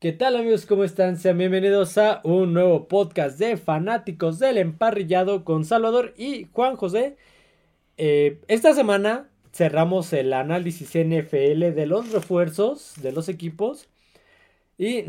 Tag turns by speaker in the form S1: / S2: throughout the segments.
S1: ¿Qué tal amigos? ¿Cómo están? Sean bienvenidos a un nuevo podcast de fanáticos del emparrillado con Salvador y Juan José. Esta semana cerramos el análisis NFL de los refuerzos de los equipos y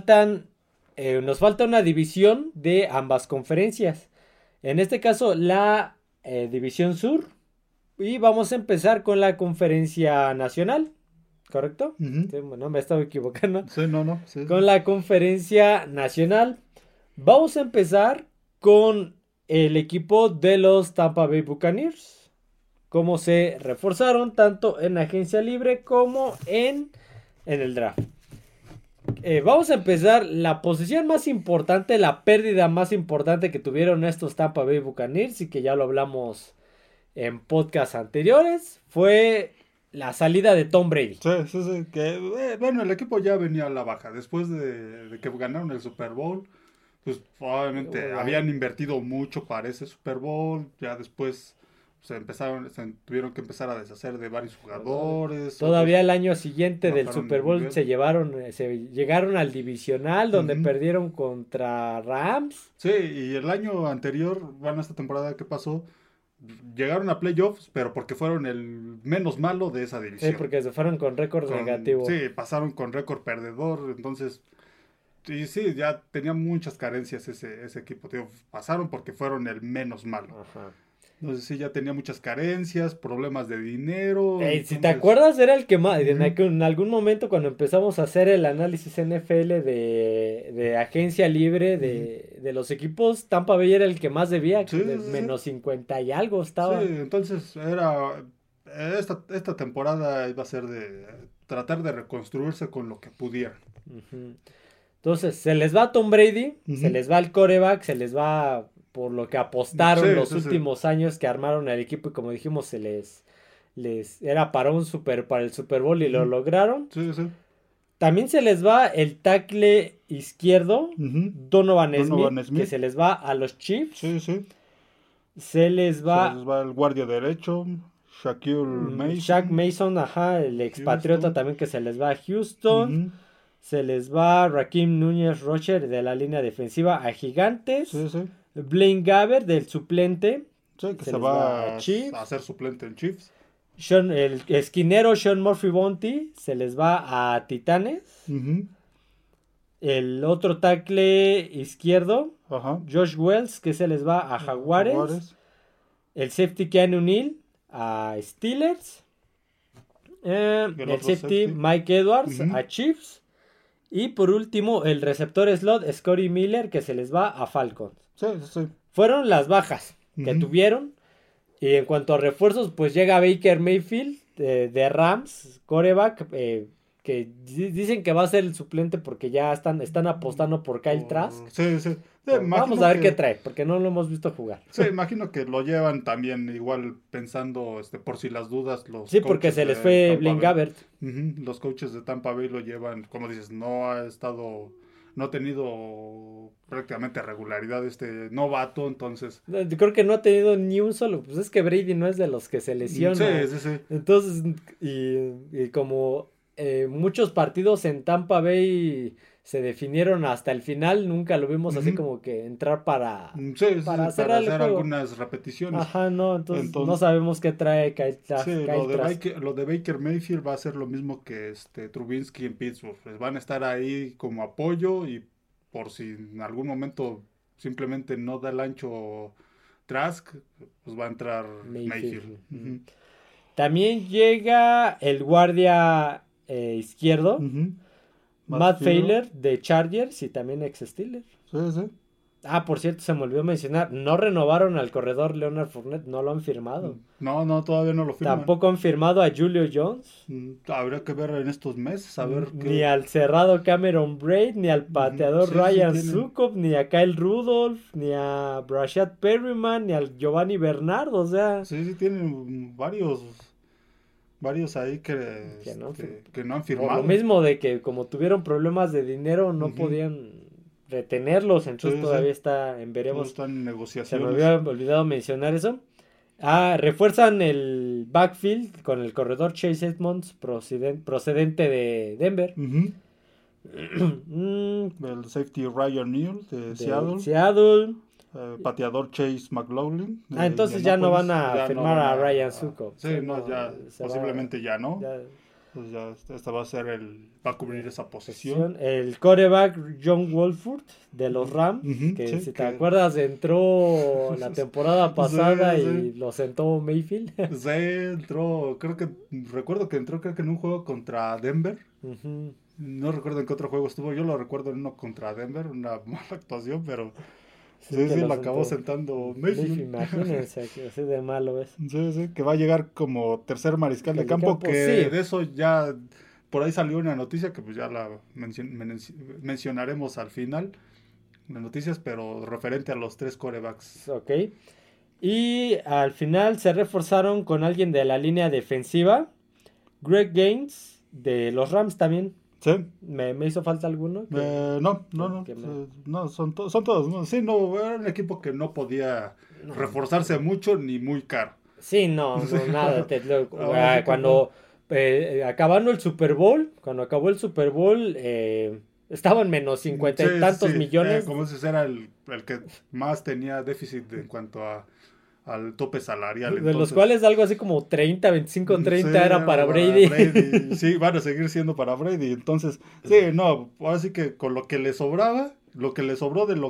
S1: nos falta una división de ambas conferencias. En este caso la división sur y vamos a empezar con la conferencia nacional. ¿Correcto?
S2: Ujú.
S1: Sí, bueno, me estaba equivocando.
S2: Sí, no, sí.
S1: Con la conferencia nacional. Vamos a empezar con el equipo de los Tampa Bay Buccaneers. Cómo se reforzaron tanto en agencia libre como en el draft. Vamos a empezar la posición más importante, la pérdida más importante que tuvieron estos Tampa Bay Buccaneers y que ya lo hablamos en podcasts anteriores. Fue la salida de Tom Brady.
S2: Sí. Bueno, el equipo ya venía a la baja. Después de que ganaron el Super Bowl, pues probablemente habían invertido mucho para ese Super Bowl. Ya después tuvieron que empezar a deshacer de varios jugadores.
S1: Todavía el año siguiente del
S2: bajaron
S1: Super
S2: el
S1: Bowl
S2: nivel.
S1: se llegaron al divisional donde
S2: Ujú.
S1: perdieron contra Rams.
S2: Sí, y el año anterior, bueno, esta temporada que pasó, llegaron a playoffs, pero porque fueron el menos malo de esa
S1: Sí,
S2: división.
S1: porque se fueron con récord negativo.
S2: Sí, pasaron con récord perdedor, entonces, y sí, ya tenía muchas carencias ese equipo, tío, pasaron porque fueron el menos malo.
S1: Ajá.
S2: Entonces sí, ya tenía muchas carencias, problemas de dinero.
S1: Si te
S2: Entonces,
S1: acuerdas, era el que más.
S2: ujú,
S1: En algún momento, cuando empezamos a hacer el análisis NFL de agencia libre
S2: ujú.
S1: de los equipos, Tampa Bay era el que más debía,
S2: Sí,
S1: de
S2: sí, sí.
S1: menos 50 y algo
S2: Sí,
S1: estaba.
S2: entonces esta temporada iba a ser de tratar de reconstruirse con lo que pudieran.
S1: Ujú. Entonces, se les va Tom Brady, se
S2: Ujú.
S1: les va el quarterback, se les va por lo que apostaron
S2: Sí,
S1: los
S2: sí, sí.
S1: últimos años que armaron el equipo y como dijimos, les era para para el Super Bowl y lo
S2: Ujú.
S1: lograron.
S2: Sí, sí.
S1: También se les va el tackle izquierdo,
S2: Ujú.
S1: Donovan Smith,
S2: Donovan
S1: que
S2: Smith.
S1: se les va a los Chiefs.
S2: Sí, sí.
S1: Se les
S2: Se
S1: va
S2: les va el guardia derecho, Shaquille
S1: Shaq
S2: Mason,
S1: Mason, ajá, el expatriota
S2: Houston.
S1: también que se les va a Houston.
S2: Ujú.
S1: Se les va Raheem Núñez Rocher de la línea defensiva a Gigantes.
S2: Sí, sí.
S1: Blaine Gabbert del suplente.
S2: Sí, que
S1: Se
S2: se
S1: les va a
S2: va a
S1: Chiefs.
S2: hacer suplente en Chiefs.
S1: El esquinero Sean Murphy Bonty se les va a Titanes.
S2: Ujú.
S1: El otro tackle izquierdo,
S2: Ajá.
S1: Josh Wells, que se les va a Jaguares.
S2: Jaguares.
S1: El safety Keanu Neal a Steelers.
S2: El
S1: El
S2: otro
S1: safety
S2: safety.
S1: Mike Edwards
S2: Ujú.
S1: a Chiefs. Y por último, el receptor slot Scotty Miller, que se les va a Falcons.
S2: Sí, sí, sí.
S1: Fueron las bajas que
S2: Ujú.
S1: tuvieron. Y en cuanto a refuerzos, pues llega Baker Mayfield de Rams, quarterback, que dicen que va a ser el suplente porque ya están apostando por Kyle Trask.
S2: Sí, sí. Sí,
S1: Pues vamos
S2: imagino
S1: a ver qué
S2: que
S1: trae, porque no lo hemos visto jugar.
S2: sí, imagino que lo llevan también igual pensando por si las dudas los
S1: Sí, porque
S2: coaches
S1: se les
S2: de
S1: fue
S2: Tampa
S1: Blaine
S2: Bay.
S1: Gabbert.
S2: Ujú. Los coaches de Tampa Bay lo llevan, como dices, no ha tenido prácticamente regularidad este novato, entonces
S1: Yo creo que no ha tenido ni un solo. Pues es que Brady no es de los que se
S2: sí,
S1: lesiona.
S2: sí, sí.
S1: Entonces, y como muchos partidos en Tampa Bay se definieron hasta el final, nunca lo vimos así
S2: Ujú.
S1: como que entrar
S2: Sí, sí,
S1: para
S2: para
S1: cerrar el
S2: hacer
S1: juego.
S2: algunas repeticiones.
S1: Ajá, no, entonces no
S2: Entonces,
S1: sabemos qué trae
S2: sí,
S1: Kyle Trask.
S2: Lo de Baker Mayfield va a ser lo mismo que Trubinsky en Pittsburgh. Pues van a estar ahí como apoyo y por si en algún momento simplemente no da el ancho Trask, pues va a entrar Mayfield.
S1: Mayfield. Ujú.
S2: Ujú.
S1: También llega el guardia izquierdo,
S2: Ujú.
S1: Matt
S2: Fiedler.
S1: Failer de Chargers y también ex Steelers.
S2: Sí, sí.
S1: Ah, por cierto, se me olvidó mencionar, no renovaron al corredor Leonard Fournette, no lo han firmado.
S2: No, todavía no lo firman.
S1: Tampoco han firmado a Julio Jones,
S2: Habría que ver en estos meses, a ver
S1: ni
S2: qué.
S1: al cerrado Cameron Braid, ni al
S2: Ujú.
S1: pateador
S2: Sí, sí,
S1: Ryan
S2: tienen.
S1: Sukov, ni a Kyle Rudolph, ni a Brashad Perryman, ni al Giovanni Bernardo, o sea,
S2: Sí, tienen varios ahí
S1: que no,
S2: que no han
S1: por lo
S2: firmado.
S1: mismo de que como tuvieron problemas de dinero no
S2: Ujú.
S1: podían retenerlos,
S2: Sí,
S1: entonces
S2: sí.
S1: todavía está en
S2: Todos
S1: veremos.
S2: están en
S1: Se me
S2: negociaciones.
S1: había olvidado mencionar eso. Refuerzan el backfield con el corredor Chase Edmonds procedente de Denver.
S2: Ujú. El safety Ryan Neal de Seattle.
S1: Seattle.
S2: Pateador Chase McLaughlin.
S1: Entonces ya no van a firmar a Ryan Suckup.
S2: Sí, no, ya posiblemente ya no.
S1: Ya.
S2: Pues ya esta va a cubrir esa posición.
S1: El quarterback John Wolford de los Rams, que si te acuerdas entró la temporada pasada y lo sentó Mayfield.
S2: Sí, entró, recuerdo que entró en un juego contra Denver. No recuerdo en qué otro juego estuvo, yo lo recuerdo en uno contra Denver, una mala actuación, pero sí, lo acabó sentando Mayfield.
S1: Imagínense, que así de malo es.
S2: Sí, que va a llegar como tercer mariscal de campo, que de eso ya, por ahí salió una noticia que pues ya la mencionaremos al final, las noticias, pero referente a los 3 quarterbacks.
S1: Ok. Y al final se reforzaron con alguien de la línea defensiva, Greg Gaines, de los Rams también.
S2: Sí.
S1: ¿Me hizo falta alguno?
S2: No, son todos. ¿No? Sí, no, era un equipo que no podía reforzarse mucho ni muy caro.
S1: Sí, no nada. Cuando acabando el Super Bowl, acabó el Super Bowl, estaban menos 50 y tantos millones.
S2: Como ese era el que más tenía déficit en cuanto al tope salarial.
S1: Entonces, de los cuales algo así como 30, 25, 30 era para Brady.
S2: Sí, van a seguir siendo para Brady. Entonces, sí, no, ahora sí que con lo que le sobraba, lo que le sobró de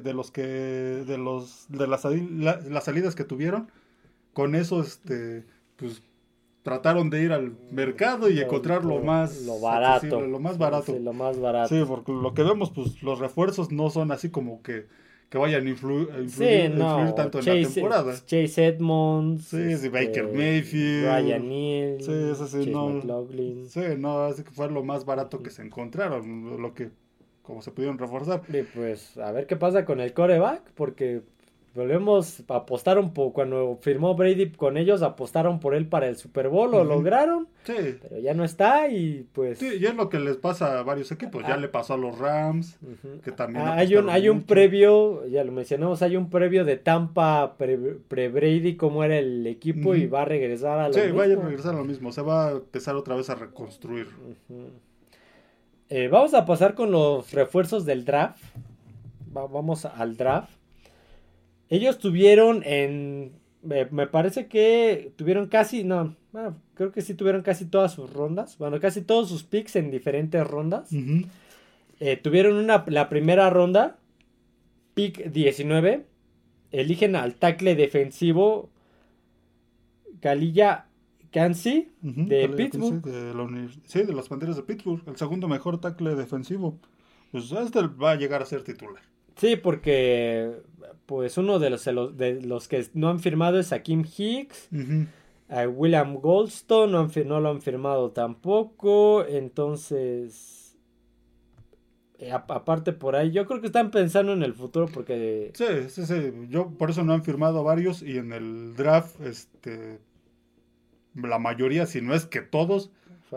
S2: las salidas que tuvieron, con eso, pues trataron de ir al mercado y encontrar lo más
S1: barato.
S2: Lo más barato.
S1: Sí, lo más barato.
S2: Sí, porque lo que vemos, pues los refuerzos no son así como que vayan a influir tanto en la temporada.
S1: Chase Edmonds,
S2: sí, Baker Mayfield,
S1: Ryan Neal,
S2: Chase
S1: McLaughlin.
S2: Sí, no, así que fue lo más barato que se encontraron, como se pudieron reforzar.
S1: Y pues a ver qué pasa con el quarterback, porque apostaron cuando firmó Brady con ellos, apostaron por él para el Super Bowl, lo lograron, pero ya no está y pues...
S2: Sí, y es lo que les pasa a varios equipos, ya le pasó a los Rams, que también...
S1: Hay un previo, ya lo mencionamos, hay un previo de Tampa pre-Brady, cómo era el equipo y va a regresar a lo mismo.
S2: Sí, va a regresar a lo mismo, se va a empezar otra vez a reconstruir.
S1: Vamos a pasar con los refuerzos del draft, vamos al draft. Ellos tuvieron me parece que tuvieron creo que sí tuvieron casi todas sus rondas. Bueno, casi todos sus picks en diferentes rondas. Tuvieron la primera ronda, pick 19. Eligen al tackle defensivo Kalija Kansi de Pittsburgh.
S2: De las Panteras de Pittsburgh. El segundo mejor tackle defensivo. Pues va a llegar a ser titular.
S1: Sí, porque pues uno de los que no han firmado es Akeem Hicks. William Goldstone no lo han firmado tampoco. Entonces, aparte por ahí, yo creo que están pensando en el futuro porque...
S2: Sí. Yo por eso no han firmado varios y en el draft, la mayoría, si no es que todos...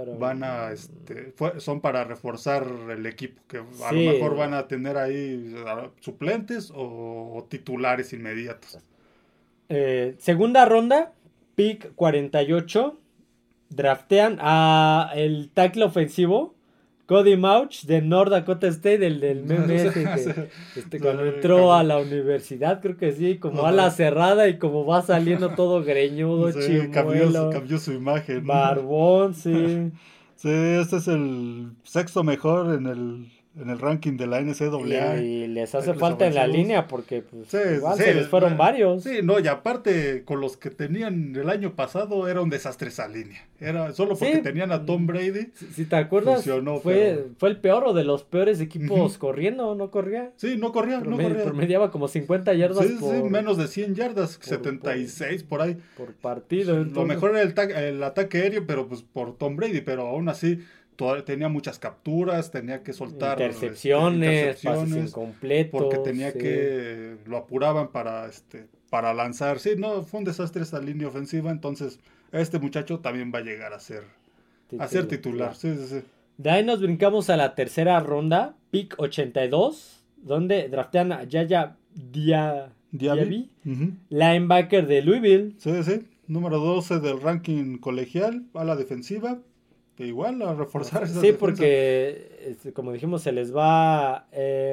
S2: son para reforzar el equipo, que a lo mejor van a tener ahí suplentes o titulares inmediatos.
S1: Segunda ronda, pick 48, draftean a el tackle ofensivo Cody Mauch de North Dakota State, del meme cuando entró a la universidad, creo que sí, como ala cerrada y como va saliendo todo greñudo, chimuelo.
S2: Cambió su imagen.
S1: Barbón, sí.
S2: Sí, este es el sexto mejor en el ranking de la NCAA.
S1: Y les hace falta en la línea porque pues, se les fueron varios.
S2: Sí, no, y aparte con los que tenían el año pasado era un desastre esa línea. Era solo porque tenían a Tom Brady.
S1: Si te acuerdas, fue el peor o de los peores equipos corriendo, ¿no corría?
S2: Sí, no corría.
S1: Promediaba como 50 yardas
S2: menos de 100 yardas, 76 por ahí.
S1: Por partido. Entonces...
S2: Lo mejor era el ataque aéreo, pero pues por Tom Brady, pero aún así... tenía muchas capturas, tenía que soltar
S1: intercepciones, pases incompletos,
S2: porque tenía que lo apuraban para lanzar. Sí, no, fue un desastre esa línea ofensiva, entonces este muchacho también va a llegar a ser titular. Sí.
S1: De ahí nos brincamos a la tercera ronda, pick 82, donde draftean a Yaya Diaby, linebacker de Louisville.
S2: Sí, número 12 del ranking colegial, a la defensiva. igual a reforzar esa
S1: Sí,
S2: defensa.
S1: porque como dijimos, se les va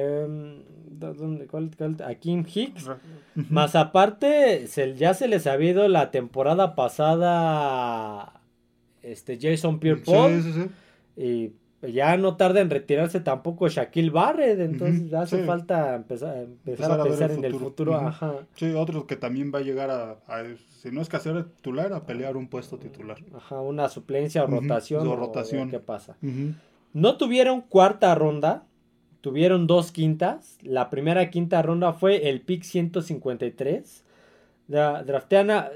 S1: a Kim Hicks. Más aparte, ya se les ha ido la temporada pasada Jason Pierre-Paul.
S2: Sí.
S1: Y ya no tarda en retirarse tampoco Shaquille Barrett. Entonces hace falta empezar a pensar en el futuro. Ajá.
S2: Sí, otro que también va a llegar si no es que hacer titular, a pelear un puesto titular.
S1: Ajá, una suplencia o rotación.
S2: O
S1: ¿qué pasa? No tuvieron cuarta ronda. Tuvieron 2 quintas. La primera quinta ronda fue el pick 153. Draftean a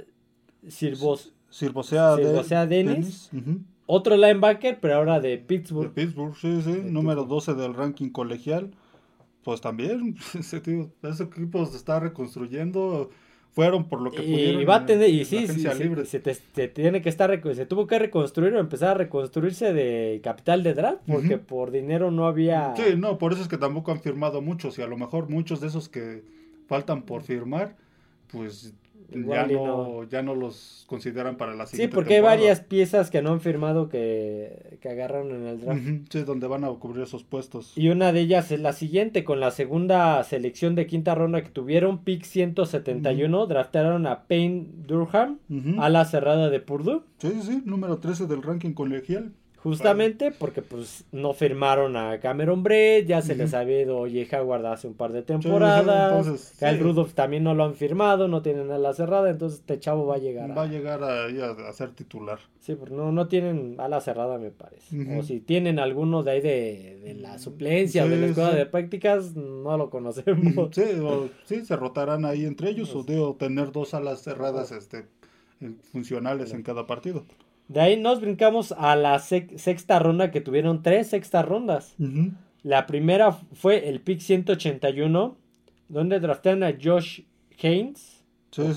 S1: Sirvocea Dennis. Otro linebacker, pero ahora de Pittsburgh.
S2: De Pittsburgh, sí. Número 12 del ranking colegial. Pues también, ese equipo se está reconstruyendo. Fueron por lo que pudieron.
S1: Y va a tener, y sí, se tuvo que reconstruir o empezar a reconstruirse de capital de draft, porque por dinero no había.
S2: Sí, no, por eso es que tampoco han firmado muchos, y a lo mejor muchos de esos que faltan por firmar, pues ya no los consideran para la siguiente
S1: temporada. Sí, porque
S2: temporada.
S1: Hay varias piezas que no han firmado que agarraron en el draft.
S2: Sí, donde van a cubrir esos puestos.
S1: Y una de ellas es la siguiente, con la segunda selección de quinta ronda que tuvieron, pick 171, draftaron a Payne Durham, ala cerrada de Purdue.
S2: Sí, número 13 del ranking colegial.
S1: Justamente porque pues no firmaron a Cameron Brate, ya se les había ido Oye Howard hace un par de temporadas.
S2: Entonces,
S1: Kyle Rudolph también no lo han firmado, no tienen a la cerrada, entonces este chavo va a llegar
S2: a ser titular.
S1: Sí, porque no tienen a la cerrada, me parece. O si tienen alguno de ahí de la suplencia o de la escuela de prácticas, no lo conocemos.
S2: Sí, se rotarán ahí entre ellos o tener 2 alas cerradas funcionales en cada partido.
S1: De ahí nos brincamos a la sexta ronda, que tuvieron 3 sextas rondas. La primera fue el pick 181, donde draftearon a Josh Hayes.
S2: Josh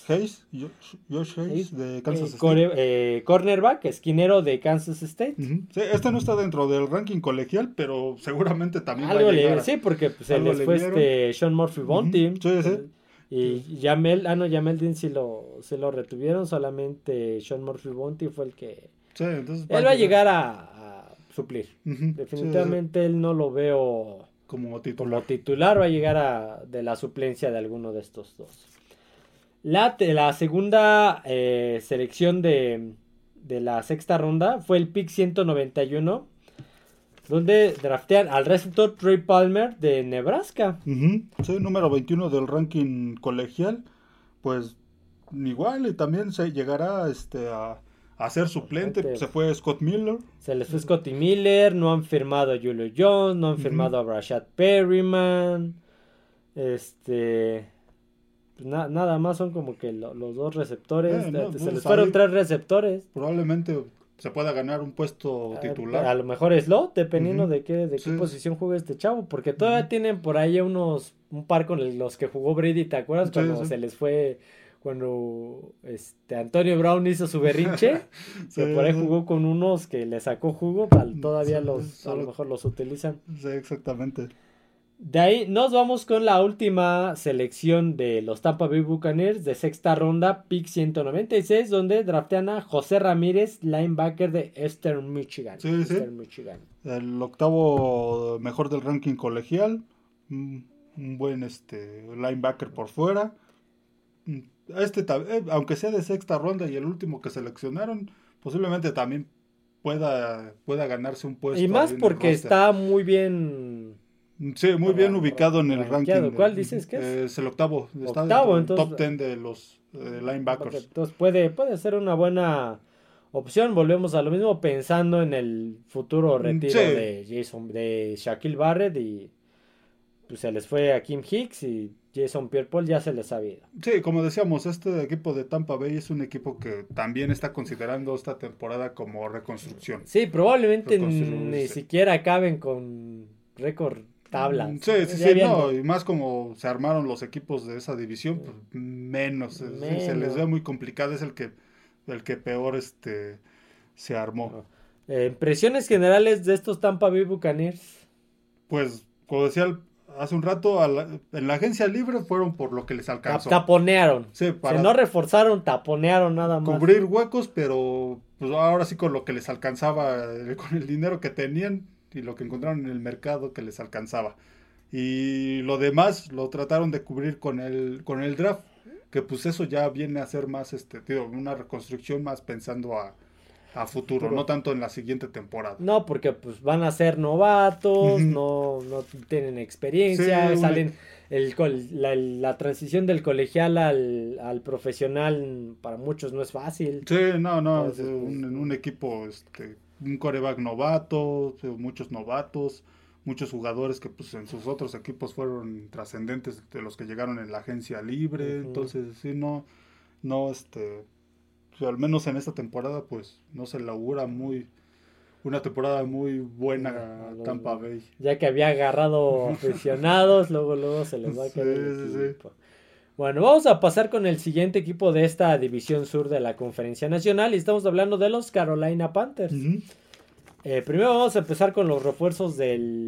S2: Hayes de Kansas State.
S1: Cornerback, esquinero de Kansas State.
S2: Sí, no está dentro del ranking colegial, pero seguramente también
S1: algo
S2: va a llegar.
S1: Sí, porque se les fue Sean Murphy-Bunting.
S2: Sí.
S1: Y Jamel Dean sí lo retuvieron, solamente Sean Murphy-Bunting fue el que.
S2: Sí, entonces
S1: él va a llegar a suplir. Definitivamente él no lo veo
S2: como
S1: titular, va a llegar de la suplencia de alguno de estos dos. La segunda selección de la sexta ronda fue el pick 191, donde draftean al receptor Trey Palmer de Nebraska.
S2: Sí, número 21 del ranking colegial. Pues igual, y también se llegará a ser suplente. Se fue Scott Miller.
S1: Se les fue Scotty Miller. No han firmado a Julio Jones. No han firmado a Rashad Perryman. Nada más son como que los 2 receptores. Se les fueron 3 receptores.
S2: Probablemente se pueda ganar un puesto titular.
S1: A lo mejor slot, dependiendo de qué posición juega este chavo. Porque todavía tienen por ahí un par con los que jugó Brady, ¿te acuerdas? Cuando se les fue, cuando Antonio Brown hizo su berrinche. Que por ahí jugó con unos que le sacó jugo. Todavía a lo mejor los utilizan.
S2: Sí, exactamente.
S1: De ahí nos vamos con la última selección de los Tampa Bay Buccaneers de sexta ronda, pick 196, donde draftean a José Ramírez, linebacker de Eastern Michigan.
S2: Michigan. El octavo mejor del ranking colegial, un buen linebacker por fuera. Aunque sea de sexta ronda y el último que seleccionaron, posiblemente también pueda ganarse un puesto.
S1: Y más porque está muy bien.
S2: Sí, muy bien ubicado en el ranking.
S1: ¿Cuál dices que es?
S2: Es el octavo. Está
S1: en el
S2: top 10 de los linebackers.
S1: Entonces puede ser una buena opción. Volvemos a lo mismo pensando en el futuro retiro de Shaquille Barrett, y pues se les fue a Kim Hicks y Jason Pierre-Paul ya se les había ido.
S2: Sí, como decíamos, este equipo de Tampa Bay es un equipo que también está considerando esta temporada como reconstrucción.
S1: Sí, probablemente ni siquiera acaben con récord tablas.
S2: Sí, y más como se armaron los equipos de esa división, pues menos. Se les ve muy complicado, es el que peor se armó.
S1: Impresiones generales de estos Tampa Bay Buccaneers.
S2: Pues, como decía hace un rato, en la agencia libre fueron por lo que les alcanzó.
S1: Taponearon.
S2: Sí,
S1: no reforzaron, taponearon nada más.
S2: Cubrir huecos, pero pues ahora sí con lo que les alcanzaba, con el dinero que tenían y lo que encontraron en el mercado que les alcanzaba. Y lo demás lo trataron de cubrir con el draft, que pues eso ya viene a ser más, una reconstrucción más pensando a futuro, no tanto en la siguiente temporada.
S1: No, porque pues van a ser novatos,
S2: Ujú.
S1: no tienen
S2: Sí,
S1: experiencia, salen la transición del colegial al profesional para muchos no es fácil.
S2: sí, no,
S1: Entonces, pues,
S2: en un equipo, un quarterback novato, muchos novatos, muchos jugadores que pues en sus otros equipos fueron trascendentes de los que llegaron en la agencia libre,
S1: ujú.
S2: entonces sí, no, pues, al menos en esta temporada, pues no se le augura una temporada muy buena
S1: A
S2: a
S1: los-
S2: Tampa Bay.
S1: ya que había agarrado aficionados, luego se les va a
S2: Sí,
S1: caer el
S2: sí, sí.
S1: equipo. Bueno, vamos a pasar con el siguiente equipo de esta división sur de la Conferencia Nacional y estamos hablando de los Carolina Panthers.
S2: Ujú,
S1: Primero vamos a empezar con los refuerzos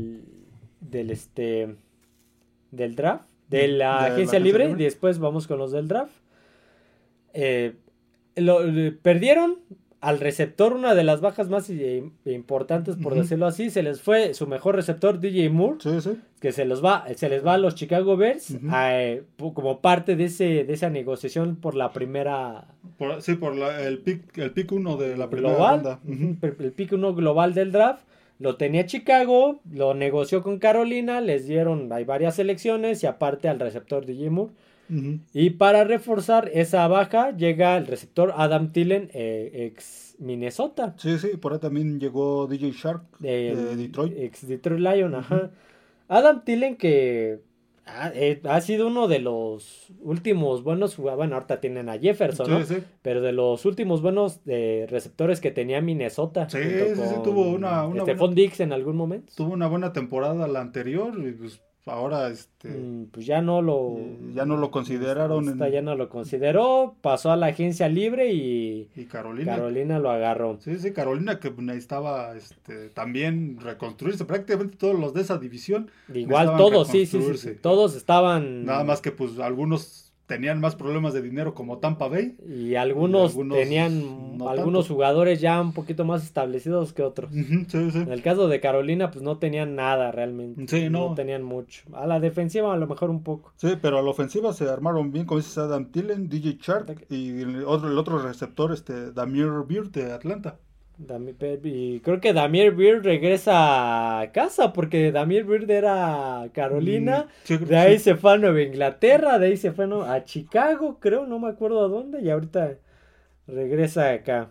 S1: del draft, de la
S2: de la
S1: agencia
S2: agencia
S1: libre, y
S2: libre.
S1: después vamos con los del draft. Eh, Perdieron al receptor, una de las bajas más importantes, por
S2: Ujú,
S1: decirlo así. Se les fue su mejor receptor, DJ Moore,
S2: sí, sí.
S1: que se les va a los Chicago Bears
S2: Ujú.
S1: como parte de esa negociación por la primera
S2: Sí, por el pick uno de la primera
S1: global,
S2: ronda. Ujú,
S1: el pick 1 global del draft. Lo tenía Chicago, lo negoció con Carolina, les dieron, hay varias selecciones y aparte al receptor DJ Moore.
S2: ujú.
S1: Y para reforzar esa baja llega el receptor Adam Thielen, ex Minnesota,
S2: Sí, sí, por ahí también llegó DJ Shark de
S1: el
S2: Detroit.
S1: ex Detroit Lion,
S2: Ujú.
S1: ajá. Adam Thielen que ha sido uno de los últimos buenos jugadores, bueno, ahorita tienen a Jefferson,
S2: Sí,
S1: ¿no?
S2: sí.
S1: Pero de los últimos buenos receptores que tenía Minnesota,
S2: Sí,
S1: junto
S2: sí, sí, tuvo
S1: con
S2: una buena,
S1: Stephon Diggs en algún momento.
S2: tuvo una buena temporada la anterior y pues ahora
S1: Pues ya no
S2: ya no lo consideraron
S1: ya no lo consideró, pasó a la agencia libre y
S2: y Carolina.
S1: Carolina lo agarró.
S2: Sí, sí, Carolina que necesitaba también reconstruirse. Prácticamente todos los de esa división
S1: Igual
S2: necesitaban
S1: todos, sí, sí, sí, sí,
S2: reconstruirse.
S1: todos
S2: Nada
S1: estaban
S2: más que pues algunos tenían más problemas de dinero como Tampa Bay
S1: y
S2: y
S1: algunos
S2: algunos
S1: tenían
S2: no
S1: algunos
S2: tanto.
S1: jugadores ya un poquito más establecidos que otros.
S2: Ujú, sí, sí.
S1: En el caso de Carolina, pues no tenían nada realmente,
S2: Sí,
S1: no
S2: no.
S1: tenían mucho. A la defensiva a lo mejor un poco.
S2: Sí, pero a la ofensiva se armaron bien, como dices, Adam Thielen, DJ Shark y el otro receptor, Damier Beard de Atlanta.
S1: Y creo que Damier Beard regresa a casa porque Damier Beard era Carolina,
S2: Sí, creo
S1: de
S2: que
S1: ahí
S2: sí.
S1: se fue a Nueva Inglaterra, de ahí se fue a Chicago, creo, no me acuerdo a dónde, y ahorita regresa acá.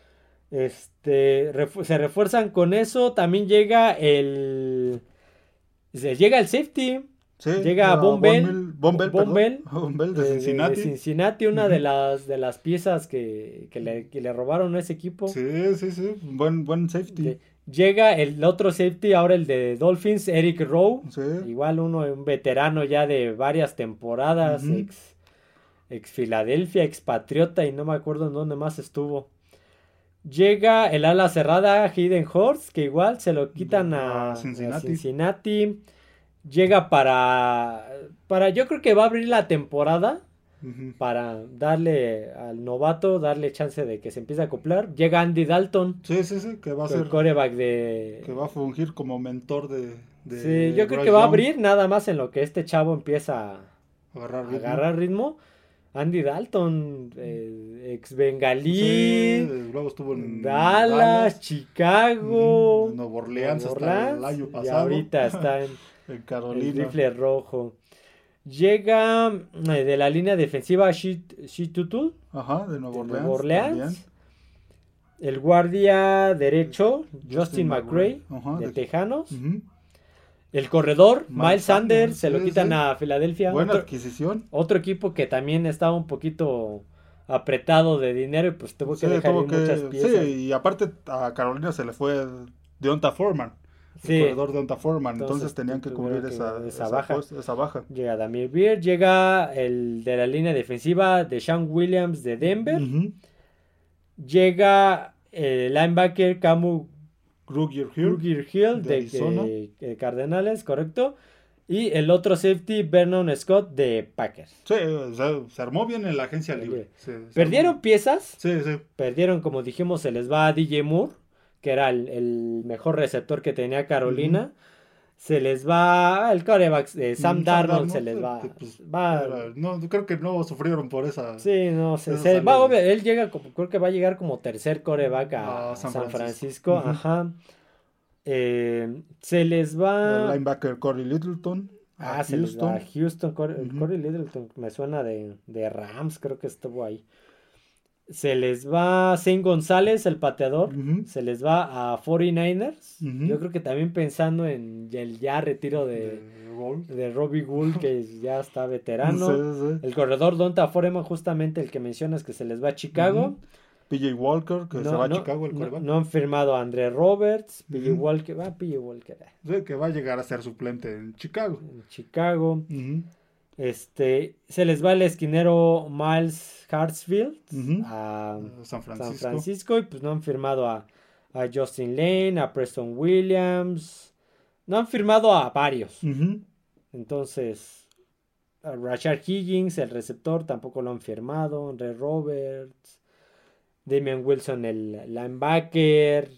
S1: Se refuerzan con eso, también llega el safety,
S2: Sí,
S1: llega Von Bell,
S2: Von Bell,
S1: Von
S2: perdón.
S1: Bell,
S2: Von Bell de
S1: de
S2: Cincinnati.
S1: Cincinnati, una de
S2: Ujú.
S1: las piezas que le robaron a ese equipo.
S2: Sí, sí, sí. Buen safety.
S1: Llega el otro safety, ahora el de Dolphins, Eric Rowe.
S2: Sí.
S1: Igual un veterano ya de varias temporadas,
S2: Ujú,
S1: ex Filadelfia, ex Patriota y no me acuerdo en dónde más estuvo. Llega el ala cerrada, Hayden Hurst, que igual se lo quitan
S2: a
S1: a
S2: Cincinnati.
S1: Cincinnati. Llega yo creo que va a abrir la temporada
S2: Ujú.
S1: para darle al novato, darle chance de que se empiece a acoplar. Llega Andy Dalton,
S2: Sí, sí, sí, que va a
S1: el
S2: ser,
S1: quarterback
S2: que va a fungir como mentor
S1: Sí,
S2: de
S1: yo creo que
S2: Bryce
S1: va a
S2: Young,
S1: abrir nada más en lo que este chavo empieza a
S2: agarrar ritmo.
S1: agarrar ritmo. Andy Dalton, ex
S2: Sí,
S1: Bengalí,
S2: luego estuvo en
S1: Dallas,
S2: Dallas,
S1: Chicago,
S2: en Nueva Orleans
S1: Nueva
S2: hasta el
S1: Orleans
S2: año
S1: y
S2: pasado,
S1: ahorita está en
S2: en
S1: el
S2: Carolina.
S1: rifle rojo. Llega de la línea defensiva Tutul
S2: Ajá, de Nueva
S1: de Nueva
S2: Orleans también.
S1: Orleans. El guardia derecho, Justin McRae,
S2: Ajá,
S1: de Tejanos.
S2: ujú.
S1: El corredor,
S2: Miles
S1: Miles Sanders, se
S2: sí,
S1: lo quitan
S2: sí.
S1: a Filadelfia.
S2: Buena adquisición.
S1: Otro equipo que también estaba un poquito apretado de dinero y pues tuvo
S2: Sí,
S1: que dejar ir muchas
S2: sí,
S1: piezas.
S2: y aparte a Carolina se le fue Deonta Foreman, el
S1: Sí,
S2: corredor Deonta Foreman, entonces tenían que
S1: tuvieron
S2: cubrir
S1: esa baja.
S2: esa baja.
S1: Llega Damir Beer, llega el de la línea defensiva de Sean Williams de Denver.
S2: Ujú.
S1: Llega el linebacker Camu
S2: Kruger Hill
S1: Kruger Hill
S2: de
S1: de
S2: Arizona.
S1: Cardenales, correcto. Y el otro safety, Vernon Scott de Packers.
S2: Sí, se armó bien en la agencia libre.
S1: Perdieron piezas.
S2: Sí, sí.
S1: Perdieron, como dijimos, se les va a DJ Moore, que era el mejor receptor que tenía Carolina. Se les va el quarterback, Sam Darnold, se les va.
S2: Pues,
S1: va
S2: no, creo que no sufrieron por esa.
S1: Sí, no, se va, obvio, él llega, creo que va a llegar como tercer quarterback a San Francisco. Ajá. Se les va.
S2: El linebacker Corey Littleton.
S1: Se les va a Houston. Corey Littleton me suena de Rams, creo que estuvo ahí. Se les va Zane González, el pateador. Se les va a 49ers. Yo creo que también pensando en el ya retiro de Robbie Gould, que ya está veterano.
S2: Sí.
S1: El corredor Donta Foreman, justamente el que mencionas, que se les va a Chicago.
S2: PJ Walker, que se va a Chicago, el coreback.
S1: No han firmado a André Roberts. PJ Walker. PJ Walker.
S2: Sí, que va a llegar a ser suplente en Chicago.
S1: Se les va el esquinero Miles Hartsfield a
S2: San
S1: Francisco. Y pues no han firmado a Justin Lane, a Preston Williams. No han firmado a varios. Entonces, a Rashard Higgins, el receptor, tampoco lo han firmado. Andre Roberts, Damian Wilson, el linebacker.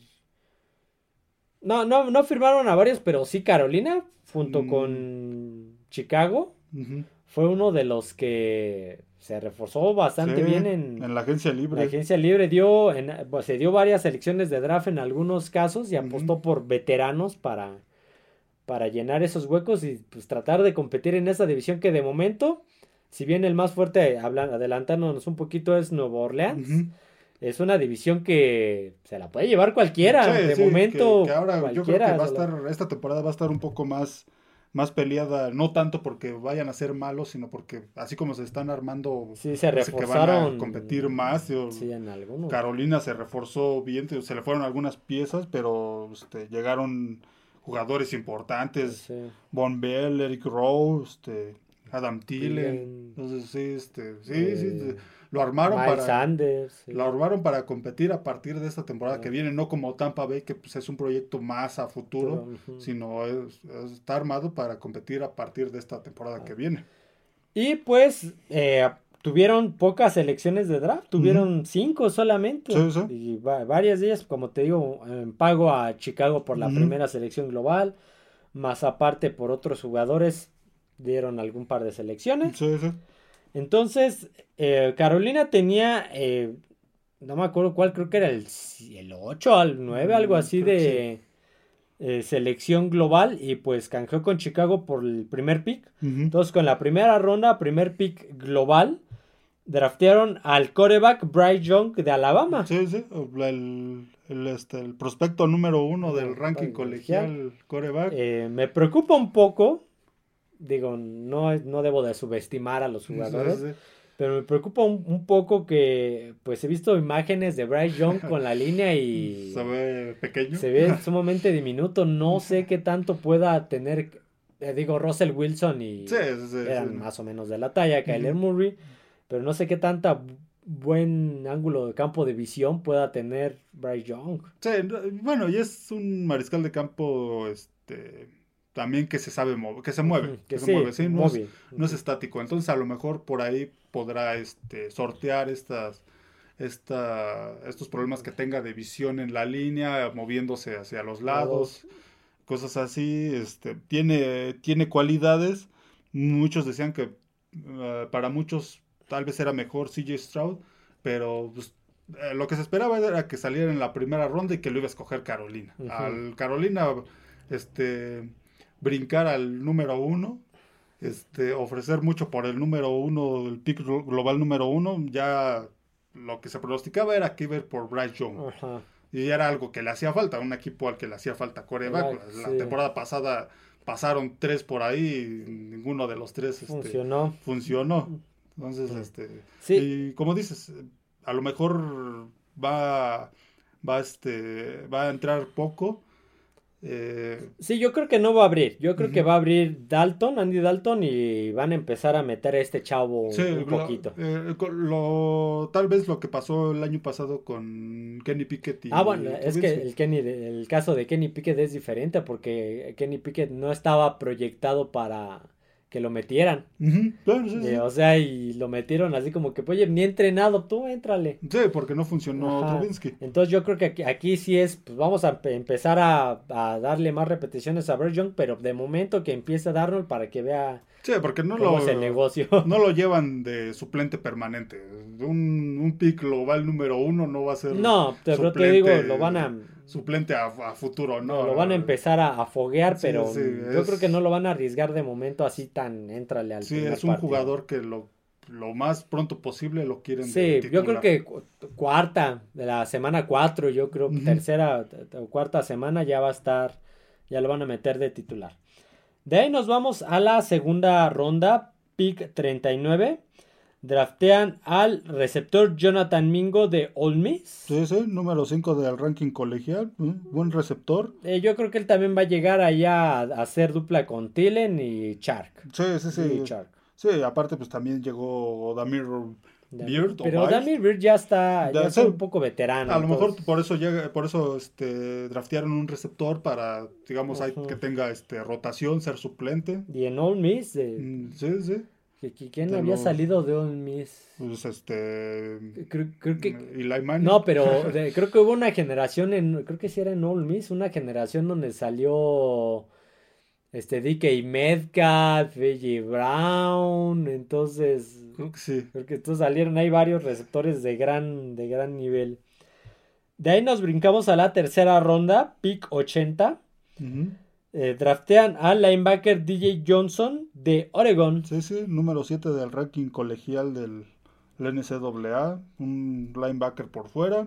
S1: No firmaron a varios, pero sí Carolina, junto con Chicago. Fue uno de los que se reforzó bastante bien en
S2: la agencia libre.
S1: La agencia libre se dio varias selecciones de draft en algunos casos y apostó por veteranos para llenar esos huecos y pues tratar de competir en esa división que de momento, si bien el más fuerte, adelantándonos un poquito, es Nueva Orleans. Es una división que se la puede llevar cualquiera. Momento,
S2: que ahora
S1: cualquiera.
S2: Yo creo que esta temporada va a estar un poco más peleada, no tanto porque vayan a ser malos, sino porque así como se están armando,
S1: se reforzaron,
S2: que van a competir más.
S1: En algunos.
S2: Carolina se reforzó bien, se le fueron algunas piezas, pero llegaron jugadores importantes, Von Bell, Eric Rowe, Adam Thielen. Entonces sí, lo armaron para competir a partir de esta temporada que viene, no como Tampa Bay, que pues es un proyecto más a futuro, sino está armado para competir a partir de esta temporada que viene.
S1: Y pues tuvieron pocas selecciones de draft, tuvieron 5 solamente. Y varias de ellas, como te digo, en pago a Chicago por la primera selección global, más aparte por otros jugadores dieron algún par de selecciones. Entonces, Carolina tenía, no me acuerdo cuál, creo que era el 8 al 9, algo así de selección global, y pues canjeó con Chicago por el primer pick. Entonces, con la primera ronda, primer pick global, draftearon al quarterback Bryce Young de Alabama.
S2: El prospecto número 1 del ranking colegial quarterback.
S1: Me preocupa un poco. Digo, no debo de subestimar a los jugadores, pero me preocupa un poco que, pues he visto imágenes de Bryce Young con la línea y
S2: se ve pequeño.
S1: Se ve sumamente diminuto, no sé qué tanto pueda tener, Russell Wilson y eran más o menos de la talla, Kyler Murray, pero no sé qué tanta buen ángulo de campo de visión pueda tener Bryce Young.
S2: Sí, bueno, y es un mariscal de campo, también que se sabe mover, que se mueve, ¿sí? No es estático. Entonces a lo mejor por ahí podrá sortear estos problemas que tenga de visión en la línea, moviéndose hacia los lados, cosas así. Tiene cualidades. Muchos decían que para muchos tal vez era mejor CJ Stroud, pero pues, lo que se esperaba era que saliera en la primera ronda y que lo iba a escoger Carolina. Al Carolina brincar al número 1, ofrecer mucho por el número 1, el pick global número 1, ya lo que se pronosticaba era que iba a ir por Bryce Young. Y era algo que le hacía falta, un equipo al que le hacía falta quarterback. La temporada pasada pasaron 3 por ahí y ninguno de los 3 funcionó. Entonces, y como dices, a lo mejor va a entrar poco.
S1: Sí, yo creo que no va a abrir. Yo creo que va a abrir Andy Dalton, y van a empezar a meter a este chavo
S2: Sí,
S1: un poquito.
S2: tal vez lo que pasó el año pasado con Kenny Pickett
S1: Bueno,
S2: y
S1: es que
S2: Trubisky.
S1: el caso de Kenny Pickett es diferente porque Kenny Pickett no estaba proyectado para que lo metieran.
S2: Ujú, claro, sí, sí.
S1: O sea, y lo metieron así como que, oye, ni entrenado, tú éntrale.
S2: Sí, porque no funcionó
S1: Ajá.
S2: Trubisky.
S1: Entonces yo creo que aquí sí es, pues vamos a empezar a darle más repeticiones a Bryce Young, pero de momento que empiece a darlo para que vea
S2: Sí, porque
S1: cómo es el negocio.
S2: no lo llevan de suplente permanente. Un pick global número 1 no va a ser
S1: No, pero te digo,
S2: suplente, suplente a futuro,
S1: lo van a
S2: no.
S1: empezar a foguear,
S2: Sí,
S1: pero
S2: sí,
S1: yo creo que no lo van a arriesgar de momento así tan, éntrale al
S2: sí,
S1: primer
S2: es un
S1: partido.
S2: jugador que lo más pronto posible lo quieren de
S1: Sí, yo creo
S2: titular.
S1: que cuarta, de la semana 4, yo creo que
S2: Ujú,
S1: tercera o cuarta semana ya va a estar, ya lo van a meter de titular. De ahí nos vamos a la segunda ronda, pick 39. Draftean al receptor Jonathan Mingo de Ole Miss.
S2: sí, sí, número 5 del ranking colegial, buen receptor.
S1: Yo creo que él también va a llegar allá a hacer dupla con Tillen y Chark.
S2: Sí, sí,
S1: Y
S2: sí.
S1: Chark.
S2: Sí, aparte pues también llegó Damir Beard o
S1: Pero
S2: Byrd.
S1: Damir Bird ya
S2: Sí,
S1: está un poco veterano,
S2: a lo mejor
S1: entonces.
S2: por eso draftearon un receptor para, digamos, que
S1: Ujú.
S2: tenga rotación, ser suplente.
S1: Y en Ole Miss,
S2: Sí, sí.
S1: ¿quién
S2: De
S1: había
S2: los,
S1: salido de Ole Miss?
S2: pues,
S1: Creo que
S2: Eli Manning.
S1: no, pero creo que hubo una generación creo que sí era en Ole Miss, una generación donde salió DK Metcalf, AJ Brown, entonces
S2: Creo que sí.
S1: creo que entonces salieron ahí varios receptores de gran nivel. De ahí nos brincamos a la tercera ronda, pick 80.
S2: Ujú.
S1: Draftean al linebacker DJ Johnson de Oregon.
S2: Sí, sí, número 7 del ranking colegial del NCAA, un linebacker por fuera.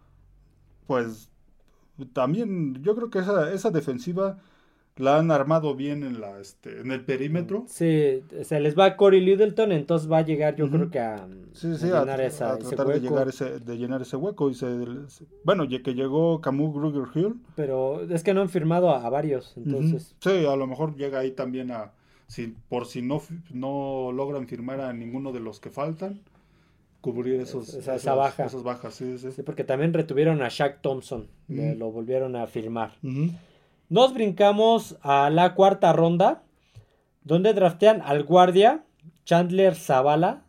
S2: Pues también yo creo que esa defensiva la han armado bien en el perímetro.
S1: Sí, se les va Corey Littleton, entonces va a llegar yo creo
S2: Ujú.
S1: que
S2: Sí,
S1: a
S2: sí,
S1: llenar
S2: a
S1: ese
S2: tratar de
S1: hueco.
S2: de llenar ese hueco. Bueno, ya que llegó Camus Gruger Hill.
S1: Pero es que no han firmado a varios,
S2: Ujú.
S1: entonces
S2: Sí, a lo mejor llega ahí también por si no logran firmar a ninguno de los que faltan, cubrir
S1: esa baja.
S2: esas bajas, sí, sí.
S1: Sí, porque también retuvieron a Shaq Thompson,
S2: Ujú,
S1: lo volvieron a firmar.
S2: ujú.
S1: Nos brincamos a la cuarta ronda, donde draftean al guardia Chandler Zavala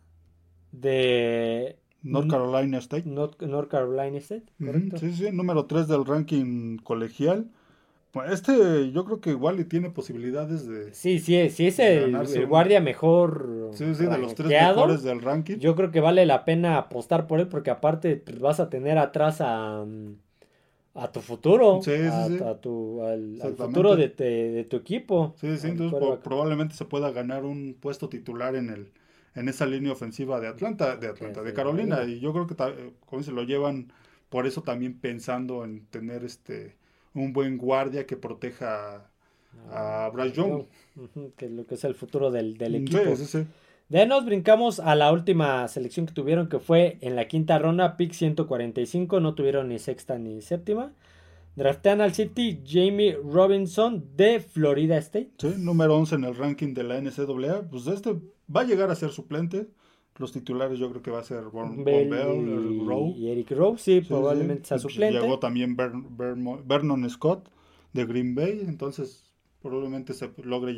S1: de
S2: North Carolina State.
S1: North Carolina State,
S2: Ujú,
S1: ¿correcto?
S2: sí, sí, número 3 del ranking colegial. Pues yo creo que igual y tiene posibilidades
S1: Sí, sí, sí es
S2: de
S1: el,
S2: ganarse
S1: el guardia mejor
S2: sí, sí, de los tres mejores
S1: rankeado.
S2: del ranking.
S1: Yo creo que vale la pena apostar por él porque aparte pues, vas a tener atrás a tu futuro,
S2: Sí, sí, sí,
S1: al futuro
S2: exactamente.
S1: de tu equipo,
S2: Sí, sí,
S1: al
S2: entonces
S1: quarterback.
S2: probablemente se pueda ganar un puesto titular en esa línea ofensiva de
S1: De
S2: Carolina.
S1: Carolina.
S2: Y yo creo que como se lo llevan por eso también pensando en tener un buen guardia que proteja a Bryce Young.
S1: Young, que es lo que es el futuro del
S2: Sí,
S1: equipo.
S2: sí, sí.
S1: De ahí nos brincamos a la última selección que tuvieron, que fue en la quinta ronda, pick 145. No tuvieron ni sexta ni séptima. Draftean al City Jamie Robinson de Florida State.
S2: Sí, número 11 en el ranking de la NCAA. Pues va a llegar a ser suplente. Los titulares yo creo que va a ser Von
S1: Bell
S2: Bell, Eric Rowe.
S1: y Eric Rowe, sí,
S2: Sí, sí.
S1: probablemente sea
S2: Y pues llegó
S1: suplente.
S2: también Vernon Scott de Green Bay. Entonces probablemente se logre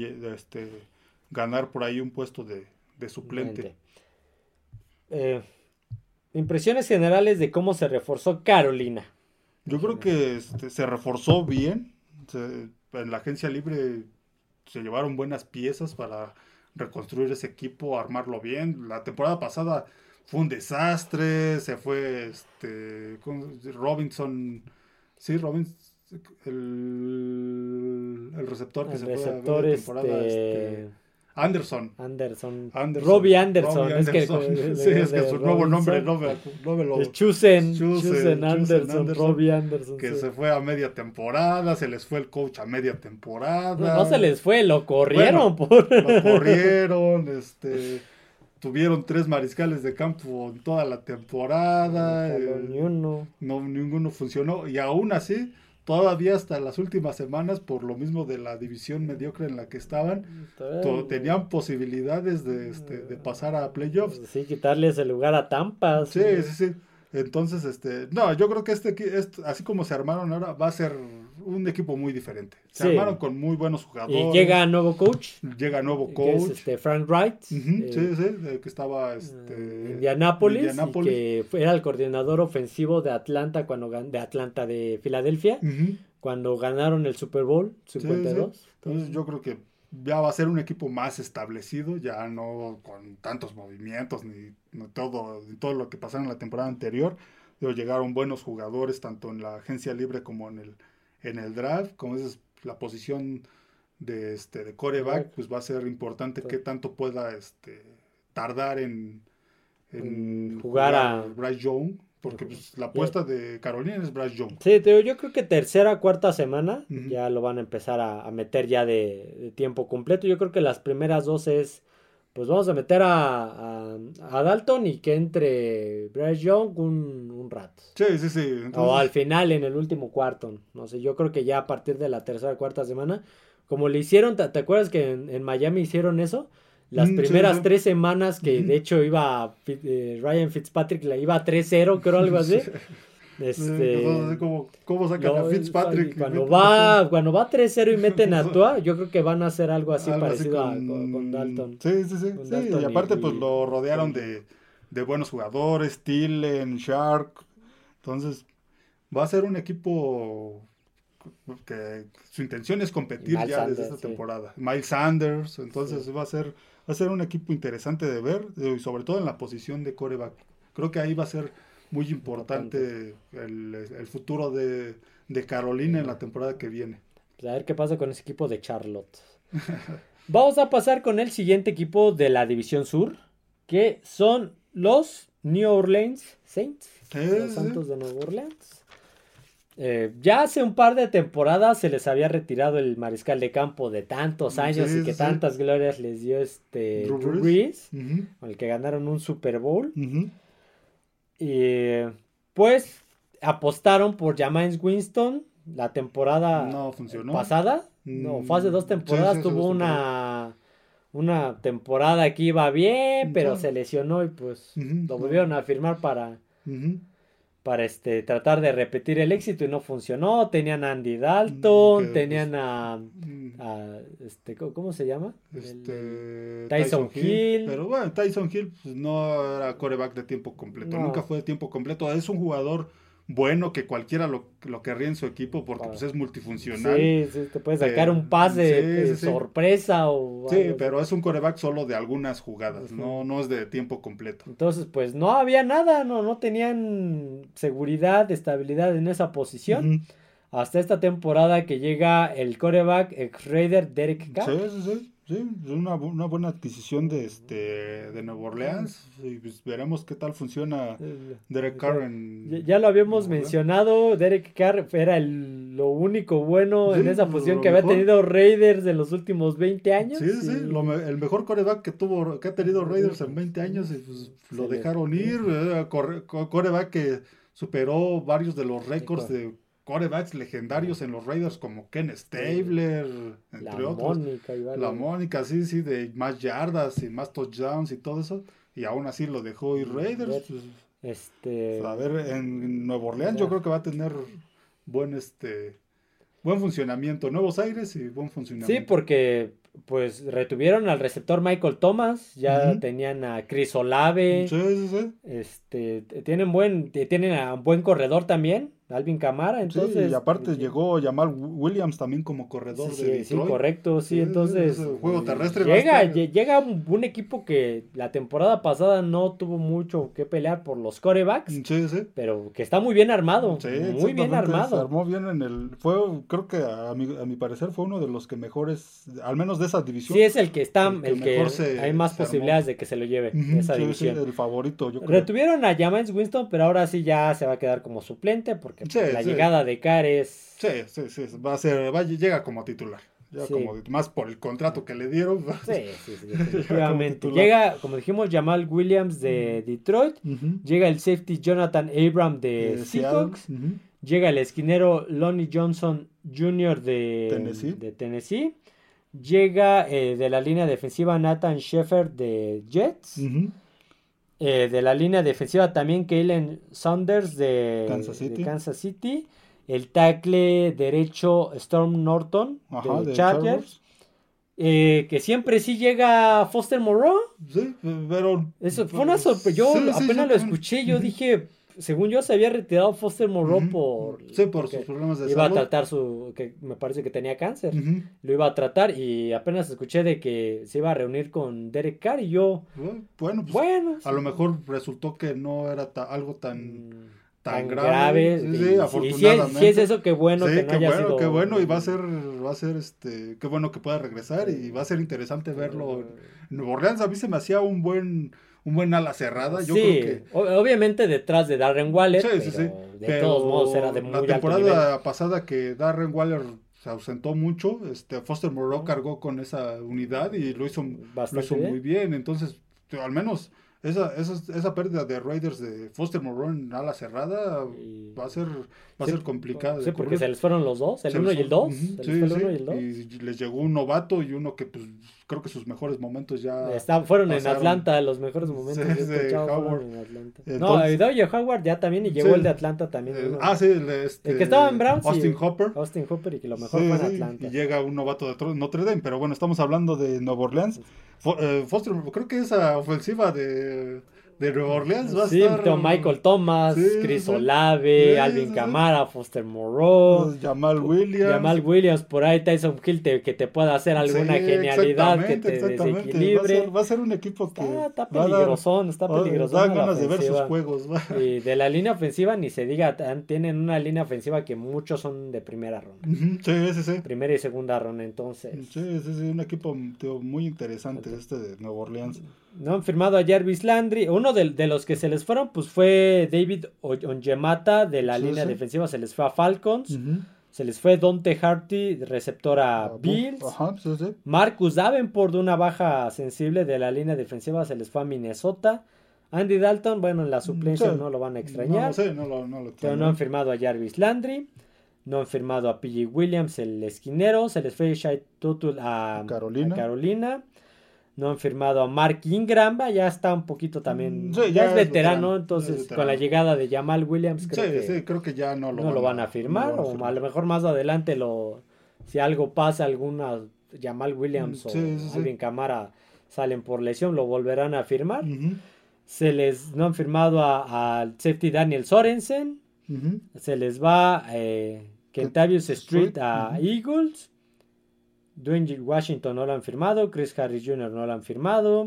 S2: ganar por ahí un puesto de suplente.
S1: Mente. Eh, Impresiones generales de cómo se reforzó Carolina.
S2: Yo creo que se reforzó bien. En la agencia libre se llevaron buenas piezas para reconstruir ese equipo, armarlo bien. La temporada pasada fue un desastre. Se fue Robinson. Sí, Robinson. El receptor que
S1: El
S2: se fue a
S1: receptor
S2: media temporada. Anderson.
S1: Anderson.
S2: Anderson,
S1: Robbie
S2: Robbie
S1: Anderson. Es que
S2: Anderson.
S1: en
S2: Sí,
S1: lugar
S2: es que
S1: de
S2: su nuevo nombre
S1: Robinson.
S2: no me
S1: Es
S2: lo.
S1: Chusen
S2: Chusen
S1: Anderson.
S2: Anderson,
S1: Robbie Anderson,
S2: que
S1: sí.
S2: se fue a media temporada, se les fue el coach a media
S1: No, no se
S2: temporada.
S1: les fue, lo corrieron
S2: Bueno,
S1: por.
S2: lo corrieron, tuvieron 3 mariscales de campo en toda la
S1: No
S2: temporada,
S1: jaló ni uno.
S2: no, ninguno funcionó, y aún así todavía hasta las últimas semanas, por lo mismo de la división mediocre en la que estaban, tenían posibilidades de pasar a playoffs.
S1: Sí, quitarles el lugar a Tampa.
S2: Sí. Entonces, no, yo creo que así como se armaron ahora, va a ser un equipo muy diferente. Se armaron con muy buenos jugadores.
S1: Y llega nuevo coach.
S2: Que
S1: es Frank Wright.
S2: Que estaba
S1: Indianapolis. Que era el coordinador ofensivo de Atlanta de Filadelfia, cuando ganaron el Super Bowl 52.
S2: Entonces yo creo que ya va a ser un equipo más establecido, ya no con tantos movimientos ni todo lo que pasaron en la temporada anterior. Llegaron buenos jugadores tanto en la agencia libre como en el draft. Como es la posición de quarterback, pues va a ser importante qué tanto pueda tardar en jugar a Bryce Young. Porque pues, la apuesta de Carolina es Bryce Young.
S1: Sí, yo creo que tercera, cuarta semana ya lo van a empezar a meter ya de tiempo completo. Yo creo que las primeras dos pues vamos a meter a Dalton y que entre Bryce Young un rato.
S2: Sí. Entonces...
S1: O al final en el último cuarto. No sé, yo creo que ya a partir de la tercera, cuarta semana, como le hicieron, ¿te acuerdas que en Miami hicieron eso? Las primeras 3 semanas que de hecho iba Ryan Fitzpatrick, la iba 3-0, creo, algo así.
S2: ¿Cómo sacan a Fitzpatrick?
S1: Cuando va 3-0 y meten a Tua, yo creo que van a hacer algo así parecido con Dalton.
S2: Sí. Dalton y aparte pues lo rodearon de buenos jugadores, Thielen, Shark. Entonces va a ser un equipo que su intención es competir ya desde esta temporada. Miles Sanders, entonces va a ser un equipo interesante de ver, y sobre todo en la posición de quarterback. Creo que ahí va a ser muy importante el futuro de Carolina en la temporada que viene.
S1: Pues a ver qué pasa con ese equipo de Charlotte. Vamos a pasar con el siguiente equipo de la División Sur, que son los New Orleans Saints, los Santos de Nueva Orleans. Ya hace un par de temporadas se les había retirado el mariscal de campo de tantos años y que tantas glorias les dio Drew Brees, con el que ganaron un Super Bowl. Y pues apostaron por Jameis Winston la temporada pasada. No, fue hace 2 temporadas. Tuvo una temporada que iba bien, pero se lesionó y pues lo volvieron a firmar para tratar de repetir el éxito y no funcionó. Tenían a Andy Dalton, tenían ¿cómo se llama? Tyson Hill.
S2: Pero bueno, Tyson Hill pues, no era quarterback de tiempo completo, nunca fue de tiempo completo. Es un jugador bueno que cualquiera lo querría en su equipo porque pues, es multifuncional.
S1: Sí, te puede sacar un pase sorpresa o
S2: sí, pero es un quarterback solo de algunas jugadas, no es de tiempo completo.
S1: Entonces, pues no había nada, no tenían seguridad, estabilidad en esa posición. Hasta esta temporada que llega el quarterback ex-Raider Derek Carr.
S2: Sí, es una buena adquisición de Nueva Orleans y pues veremos qué tal funciona Derek Carr
S1: ya lo habíamos mencionado. Derek Carr era lo único bueno en esa posición que había tenido Raiders en los últimos 20 años.
S2: El mejor quarterback que ha tenido Raiders en 20 años y pues lo dejaron ir. Quarterback que superó varios de los récords de quarterbacks legendarios en los Raiders como Ken Stabler, entre otros. La Mónica, sí, de más yardas y más touchdowns y todo eso. Y aún así lo dejó ir Raiders. A ver, en Nueva Orleans yo creo que va a tener buen funcionamiento, nuevos aires y buen funcionamiento.
S1: Sí, porque pues retuvieron al receptor Michael Thomas, ya tenían a Chris Olave. Tienen a un buen corredor también, Alvin Kamara, entonces.
S2: Y aparte llegó Jamal Williams también como corredor de Detroit.
S1: Sí, correcto, entonces.
S2: Juego terrestre.
S1: Llega un equipo que la temporada pasada no tuvo mucho que pelear por los quarterbacks. Pero que está muy bien armado. Muy bien armado.
S2: Se armó bien creo que a mi parecer fue uno de los que mejores, al menos de esa división.
S1: Sí, es el que hay más posibilidades de que se lo lleve esa división.
S2: El favorito, yo creo.
S1: Retuvieron a Jameis Winston, pero ahora sí ya se va a quedar como suplente porque la llegada de Carr es...
S2: llega como titular. Más por el contrato que le dieron.
S1: Efectivamente. Llega, como dijimos, Jamal Williams de Detroit. Llega el safety Jonathan Abram de Seahawks. Llega el esquinero Lonnie Johnson Jr. de Tennessee. Llega de la línea defensiva Nathan Shepard de Jets.
S2: Ujú.
S1: De la línea defensiva también Kalen Saunders de
S2: Kansas City.
S1: El tackle derecho Storm Norton de Chargers. Que siempre sí llega Foster Moreau.
S2: Sí, pero...
S1: Eso fue una sorpresa. Yo apenas lo escuché, yo dije... Según yo, se había retirado Foster Moreau por
S2: sus problemas de
S1: iba
S2: salud.
S1: a tratar que me parece que tenía cáncer.
S2: Uh-huh.
S1: Lo iba a tratar y apenas escuché de que se iba a reunir con Derek Carr y yo...
S2: Bueno, a lo mejor resultó que no era algo tan grave. Sí, afortunadamente.
S1: Si es eso, qué bueno
S2: sí,
S1: que no haya sido...
S2: Qué bueno, y va a ser qué bueno que pueda regresar y va a ser interesante verlo. En Nueva Orleans a mí se me hacía un buen ala cerrada. Yo creo que...
S1: obviamente detrás de Darren Waller, de todos modos era de muy alto nivel.
S2: La temporada pasada que Darren Waller se ausentó mucho, Foster Moreau cargó con esa unidad y lo hizo muy bien. Entonces, al menos esa pérdida de Raiders de Foster Moreau en ala cerrada va a ser complicada.
S1: Sí, porque se les fueron los dos, el 1 y el 2.
S2: Y les llegó un novato y uno que pues creo que sus mejores momentos ya
S1: fueron en Atlanta, los mejores momentos
S2: de Howard.
S1: En Atlanta. Entonces, y Howard ya también, y llegó el de Atlanta también.
S2: El
S1: que estaba en Browns.
S2: Austin Hopper,
S1: y que lo mejor fue en Atlanta.
S2: Y llega un novato de Notre Dame, pero bueno, estamos hablando de Nueva Orleans. Foster, creo que esa ofensiva de Nueva Orleans va a estar...
S1: Michael Thomas, Chris Olave, Alvin Kamara, Foster Moreau,
S2: Jamal Williams,
S1: por ahí Tyson Hill que te pueda hacer alguna genialidad que te desequilibre.
S2: Va a ser un equipo que
S1: está peligrosón.
S2: Da ganas de ver sus juegos.
S1: Y de la línea ofensiva ni se diga, tienen una línea ofensiva que muchos son de primera ronda.
S2: Sí.
S1: Primera y segunda ronda, entonces.
S2: Sí, un equipo muy interesante de Nueva Orleans.
S1: No han firmado a Jarvis Landry. Uno de los que se les fueron, pues fue David Onyemata de la línea defensiva. Se les fue a Falcons. Uh-huh. Se les fue Dante Harty, receptor a Bills. Marcus Davenport de una baja sensible de la línea defensiva. Se les fue a Minnesota. Andy Dalton, bueno, en la suplencia no lo van a extrañar. Pero no han firmado a Jarvis Landry. No han firmado a P.J. Williams, el esquinero. Se les fue Shai Tutul a Carolina. No han firmado a Mark Ingram, ya está un poquito también, ya es veterano, entonces con la llegada de Jamal Williams
S2: creo que ya no lo
S1: van a firmar, o a lo mejor más adelante si algo pasa, Jamal Williams o Alvin Kamara salen por lesión, lo volverán a firmar. Uh-huh. No han firmado al safety Daniel Sorensen, uh-huh. Se les va Kentavious Street a Eagles. Dwayne Washington no lo han firmado. Chris Harris Jr. no lo han firmado.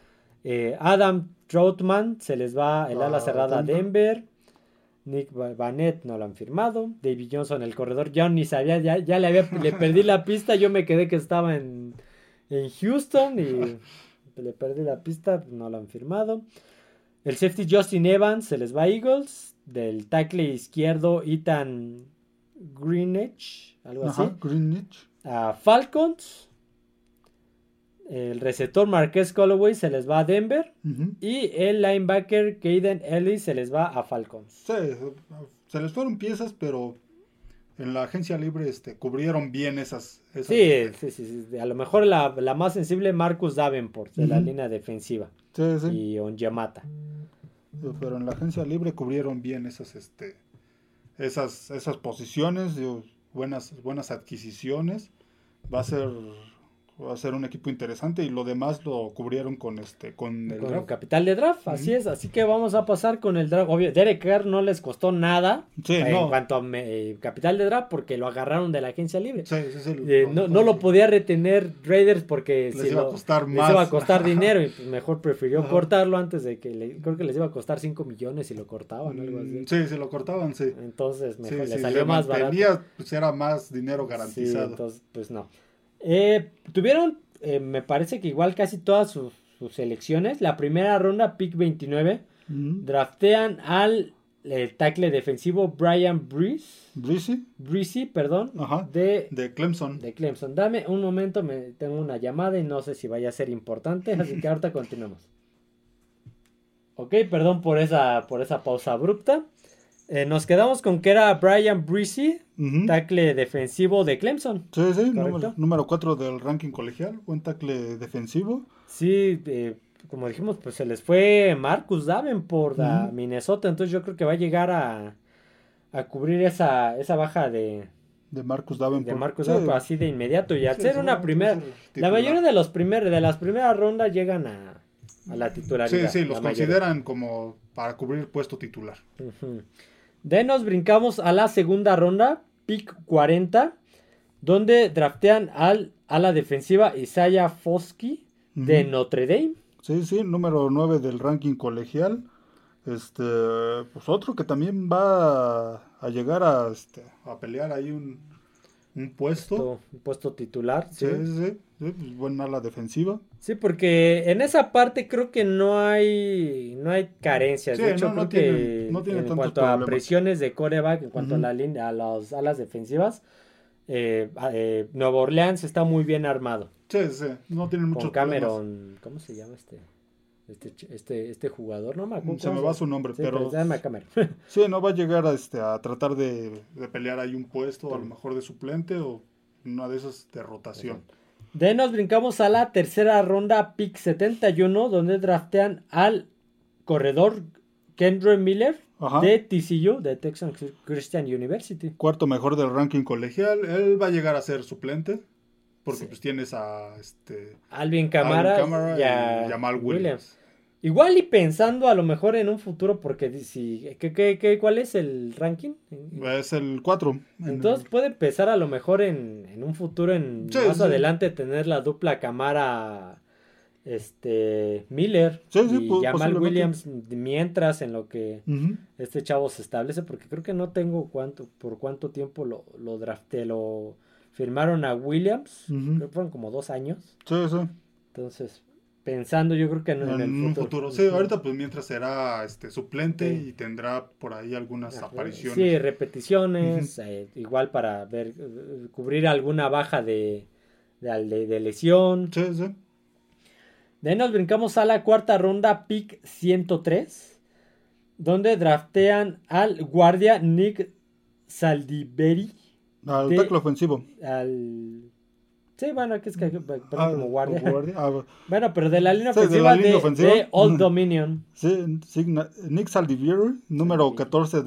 S1: Adam Troutman se les va el ala cerrada a Denver. Nick Vanette no lo han firmado. David Johnson, el corredor, ya ni sabía, ya le perdí la pista. Yo me quedé que estaba en Houston y le perdí la pista, no lo han firmado. El safety Justin Evans se les va a Eagles. Del tackle izquierdo Ethan Greenwich, algo así. A Falcons. El receptor Marquez Callaway se les va a Denver. Uh-huh. Y el linebacker Caden Ellis se les va a Falcons.
S2: Sí, se les fueron piezas, pero en la agencia libre cubrieron bien esas
S1: sí. A lo mejor la más sensible Marcus Davenport de la línea defensiva.
S2: Sí.
S1: Y Onyemata.
S2: Pero en la agencia libre cubrieron bien esas posiciones, buenas adquisiciones. Va a ser un equipo interesante y lo demás lo cubrieron con el draft.
S1: Capital de draft, así es. Así que vamos a pasar con el draft. Obvio, Derek Carr no les costó nada en cuanto a capital de draft porque lo agarraron de la agencia libre. No lo podía retener Raiders porque
S2: les iba
S1: a costar dinero y pues mejor prefirió cortarlo antes de que creo que les iba a costar 5 millones si lo cortaban algo así.
S2: Sí, si lo cortaban, sí.
S1: Entonces mejor le salió más barato.
S2: Pues era más dinero garantizado.
S1: Sí, entonces pues no. Tuvieron, me parece que igual casi todas sus selecciones. La primera ronda, pick 29, draftean al tackle defensivo Brian Bresee, perdón,
S2: de Clemson.
S1: De Clemson. Dame un momento, tengo una llamada y no sé si vaya a ser importante, así que ahorita continuamos. Ok, perdón por esa pausa abrupta. Nos quedamos con que era Brian Bresee,
S2: Ujú.
S1: tackle defensivo de Clemson.
S2: Sí, sí,
S1: ¿Correcto?
S2: número 4 del ranking colegial, buen tackle defensivo.
S1: Sí, como dijimos, pues se les fue Marcus Davenport a
S2: Ujú.
S1: Minnesota, entonces yo creo que va a llegar a cubrir esa baja
S2: De Marcus
S1: de
S2: Davenport.
S1: Marcus
S2: Sí,
S1: Davenport así de inmediato. Y al
S2: sí,
S1: ser una
S2: seguramente va a
S1: primera,
S2: ser
S1: la mayoría
S2: titular.
S1: de las primeras rondas llegan a la
S2: Sí,
S1: titularidad,
S2: sí,
S1: la
S2: los
S1: mayoría.
S2: consideran como para cubrir el puesto titular.
S1: Ujú. De ahí nos brincamos a la segunda ronda, pick 40, donde draftean a la defensiva Isaiah Foskey de
S2: Ujú.
S1: Notre Dame.
S2: Sí, sí, número 9 del ranking colegial. Este, pues otro que también va a llegar a pelear ahí un puesto.
S1: Un puesto titular,
S2: Sí,
S1: sí.
S2: sí, sí, sí, pues buena ala defensiva.
S1: Sí, porque en esa parte creo que no hay carencias.
S2: Sí,
S1: De hecho, creo
S2: no
S1: que
S2: tienen
S1: en
S2: tantos
S1: cuanto a
S2: problemas.
S1: presiones de quarterback, en cuanto a
S2: Ujú,
S1: la línea, a las alas defensivas, Nueva Orleans está muy bien armado.
S2: sí, sí, no tienen
S1: Con
S2: muchos problemas.
S1: Cameron, ¿cómo se llama este jugador? No me acuerdo
S2: Se
S1: cómo
S2: me
S1: se
S2: va
S1: llama.
S2: su nombre,
S1: Sí, pero
S2: pero
S1: se llama Cameron.
S2: sí, no va a llegar a tratar de pelear ahí un puesto, a lo
S1: Pero,
S2: mejor de suplente o una de esas de rotación.
S1: de ahí nos brincamos a la tercera ronda, pick 71, donde draftean al corredor Kendra Miller
S2: Ajá,
S1: de TCU, de Texas Christian University.
S2: cuarto mejor del ranking colegial. Él va a llegar a ser suplente, porque
S1: Sí.
S2: pues tienes
S1: Alvin
S2: Alvin
S1: Kamara
S2: Kamara
S1: y
S2: y
S1: a
S2: Jamal
S1: Williams.
S2: Williams.
S1: Igual y pensando a lo mejor en un futuro, porque si, ¿cuál es el ranking?
S2: Es el 4.
S1: Entonces puede empezar a lo mejor en un futuro,
S2: Sí,
S1: más
S2: sí,
S1: adelante, tener la dupla Camara, Miller
S2: sí, sí,
S1: y Jamal
S2: posiblemente.
S1: Williams mientras en lo que
S2: Ujú,
S1: este chavo se establece, porque creo que no tengo por cuánto tiempo lo drafté, lo firmaron a Williams,
S2: ujú.
S1: creo que fueron como 2 años,
S2: Sí, sí.
S1: entonces pensando yo creo que en el
S2: En un
S1: futuro.
S2: futuro. Sí, ahorita pues mientras será suplente
S1: Sí.
S2: y tendrá por ahí algunas
S1: Sí,
S2: apariciones. Ujú.
S1: repeticiones, igual para ver, cubrir alguna baja de lesión.
S2: Sí, sí.
S1: De ahí nos brincamos a la cuarta ronda, pick 103, donde draftean al guardia Nick Saldiveri
S2: Al
S1: de
S2: tackle ofensivo.
S1: al sí, bueno, que es que ponen
S2: Ah,
S1: como
S2: o
S1: guardia.
S2: guardia.
S1: Bueno, pero de la línea
S2: Sí, de la
S1: ofensiva
S2: línea ofensiva.
S1: de Old Dominion.
S2: Sí, sí, Nick Saldivieri, número
S1: Saldiveri.
S2: 14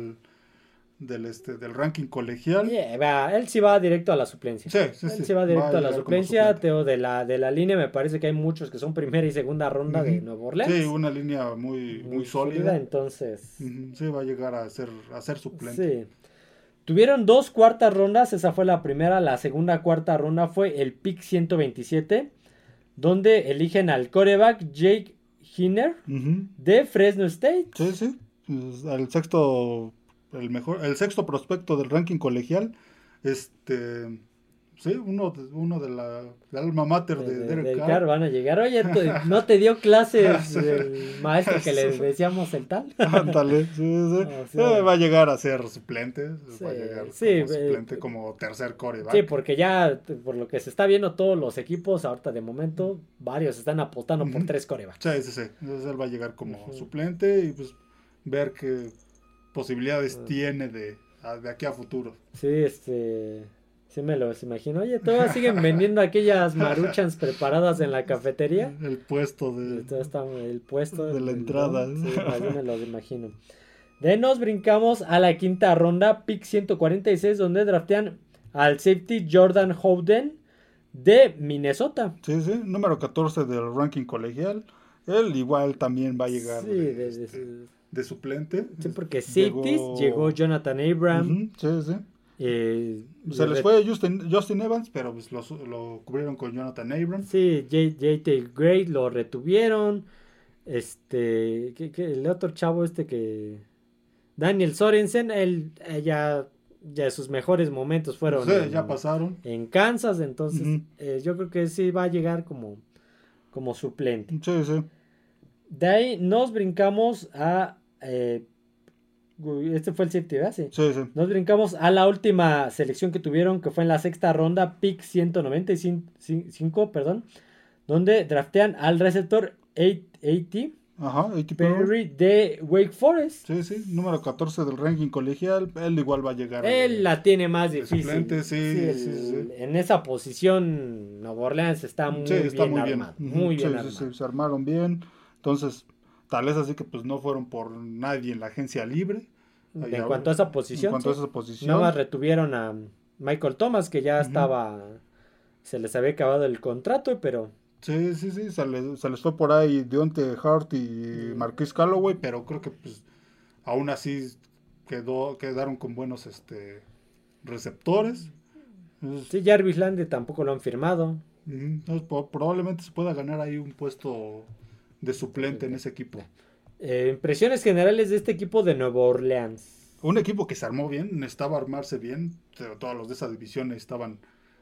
S2: del ranking colegial.
S1: Él sí va directo a la suplencia.
S2: Sí, sí,
S1: Él
S2: sí.
S1: sí va
S2: Va a
S1: directo a la
S2: llegar como
S1: suplencia.
S2: suplente.
S1: Teo, de la línea me parece que hay muchos que son primera y segunda ronda de
S2: Ujú.
S1: Nueva
S2: Sí,
S1: Orleans.
S2: una línea muy, muy
S1: Muy sólida,
S2: sólida.
S1: entonces.
S2: Ujú. Sí, va a llegar a ser suplente.
S1: Sí. Tuvieron dos cuartas rondas. Esa fue la primera. La segunda cuarta ronda fue el pick 127. Donde eligen al coreback Jake Hinner
S2: Ujú.
S1: de Fresno State.
S2: Sí, sí. Pues, el sexto prospecto del ranking colegial. Este, sí, uno del alma mater de Derek
S1: Del
S2: Carr.
S1: Carr van a llegar. Oye, ¿no te dio clases
S2: Sí,
S1: el maestro que le
S2: sí,
S1: decíamos el tal?
S2: ándale, sí, sí.
S1: O sea,
S2: Va a llegar a ser suplente,
S1: sí,
S2: va a llegar
S1: sí,
S2: como suplente, como tercer
S1: sí,
S2: coreback.
S1: porque ya, por lo que se está viendo todos los equipos, ahorita de momento, varios están apostando por
S2: Ujú.
S1: 3 corebacks.
S2: Sí, sí, sí. Entonces él va a llegar como
S1: Ujú.
S2: suplente y pues ver qué posibilidades
S1: Ah,
S2: tiene de aquí a futuro.
S1: sí, sí me los imagino. Oye, ¿todavía siguen vendiendo aquellas maruchans preparadas en la cafetería?
S2: El puesto
S1: Todo está el puesto,
S2: de la
S1: el
S2: entrada.
S1: don. Sí, así me los imagino. De ahí nos brincamos a la quinta ronda, pick 146, donde draftean al safety Jordan Howden de Minnesota.
S2: Sí, sí, número 14 del ranking colegial. Él igual también va a llegar
S1: Sí,
S2: de suplente.
S1: sí, porque safeties llegó
S2: Llegó.
S1: Jonathan Abram.
S2: Ujú, sí, sí. Se les
S1: Red-
S2: fue Justin Evans, pero pues lo cubrieron con Jonathan Abram.
S1: sí, JT Gray lo retuvieron. El otro chavo que Daniel Sorensen, él ya sus mejores momentos fueron
S2: Sí, ya pasaron.
S1: en Kansas, entonces
S2: Ujú,
S1: yo creo que sí va a llegar como suplente.
S2: sí, sí.
S1: De ahí nos brincamos este fue el safety, ¿verdad? Sí.
S2: Sí, sí.
S1: Nos brincamos a la última selección que tuvieron, que fue en la sexta ronda, pick 195, perdón, donde draftean al receptor 80
S2: Ajá, A.T.
S1: Perry de Wake Forest.
S2: Sí, número 14 del ranking colegial. Él igual va a llegar.
S1: Él la tiene más
S2: de
S1: difícil.
S2: suplente, sí.
S1: En esa posición, Nueva Orleans está muy bien armado. Muy bien armado.
S2: Sí, se armaron bien. Entonces, tal vez así que pues no fueron por nadie en la agencia libre.
S1: En cuanto a esa posición.
S2: Nada
S1: más retuvieron a Michael Thomas, que ya estaba. Se les había acabado el contrato, pero.
S2: Sí, se les fue por ahí Deontay Hart y Marquise Callaway, pero creo que pues aún así quedaron con buenos receptores.
S1: Sí, Jarvis Landry tampoco lo han firmado.
S2: Probablemente se pueda ganar ahí un puesto de suplente en ese equipo.
S1: Impresiones generales de este equipo de Nueva Orleans.
S2: Un equipo que se armó bien, necesitaba armarse bien. Todos los de esa división necesitaban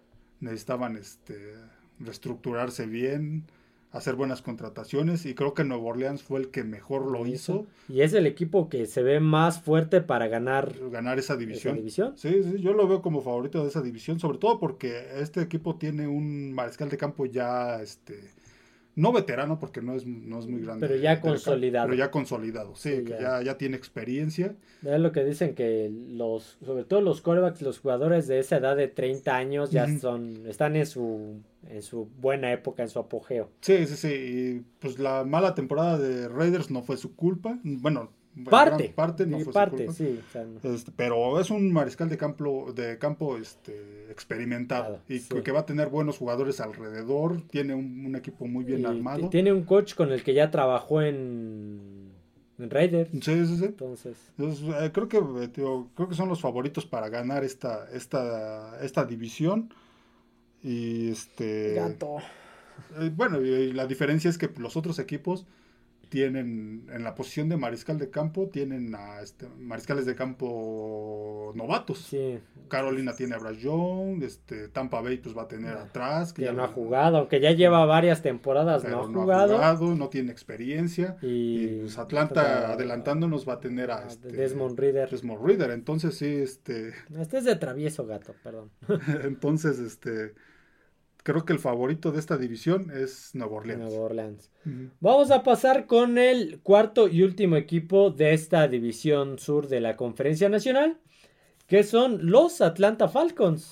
S2: reestructurarse bien, hacer buenas contrataciones, y creo que Nueva Orleans fue el que mejor lo hizo.
S1: Y es el equipo que se ve más fuerte para ganar
S2: esa división.
S1: Sí,
S2: yo lo veo como favorito de esa división, sobre todo porque este equipo tiene un mariscal de campo ya no veterano, porque no es muy grande,
S1: pero ya consolidado.
S2: Pero ya consolidado, sí, que ya tiene experiencia.
S1: Es lo que dicen, que sobre todo los quarterbacks, los jugadores de esa edad de 30 años ya están en su buena época, en su apogeo.
S2: Sí, y pues la mala temporada de Raiders no fue su culpa. Bueno,
S1: parte
S2: no fue su culpa.
S1: Sí, o sea, no.
S2: Pero es un mariscal de campo experimentado, y que va a tener buenos jugadores alrededor. Tiene un equipo muy bien armado.
S1: Tiene un coach con el que ya trabajó en Raiders.
S2: Sí.
S1: Entonces
S2: creo que son los favoritos para ganar esta división. Y
S1: Gato.
S2: Bueno, y la diferencia es que los otros equipos tienen en la posición de mariscal de campo, tienen a mariscales de campo novatos.
S1: Sí.
S2: Carolina tiene a Bryce Young, Tampa Bay pues va a tener atrás,
S1: que ya no ha jugado, aunque ya lleva varias temporadas,
S2: no ha
S1: jugado,
S2: no tiene experiencia, y pues Atlanta adelantándonos va a tener a
S1: Desmond Ridder.
S2: Entonces sí,
S1: Este es de travieso, gato, perdón.
S2: Entonces creo que el favorito de esta división es Nueva
S1: Orleans. Vamos a pasar con el cuarto y último equipo de esta división sur de la Conferencia Nacional, que son los Atlanta Falcons.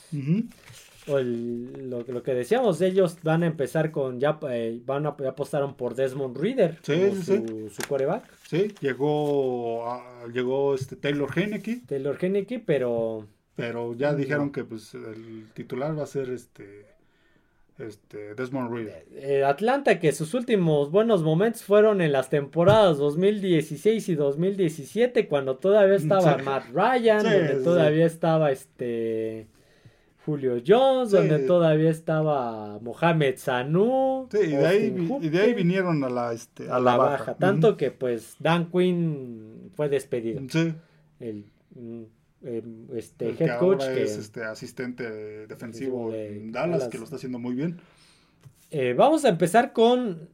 S1: Lo que decíamos, ellos van a empezar con ya apostaron por Desmond Ridder su quarterback.
S2: Sí, llegó Taylor Heinicke,
S1: pero
S2: ya dijeron que pues el titular va a ser Desmond Ridder.
S1: Atlanta, que sus últimos buenos momentos fueron en las temporadas 2016 y 2017, cuando todavía estaba Matt Ryan, donde todavía estaba Julio Jones, donde todavía estaba Mohamed Sanu.
S2: Sí, y de ahí vinieron a la baja.
S1: Tanto que pues Dan Quinn fue despedido.
S2: Sí.
S1: El
S2: head coach que es asistente defensivo en Dallas, que lo está haciendo muy bien.
S1: Vamos a empezar con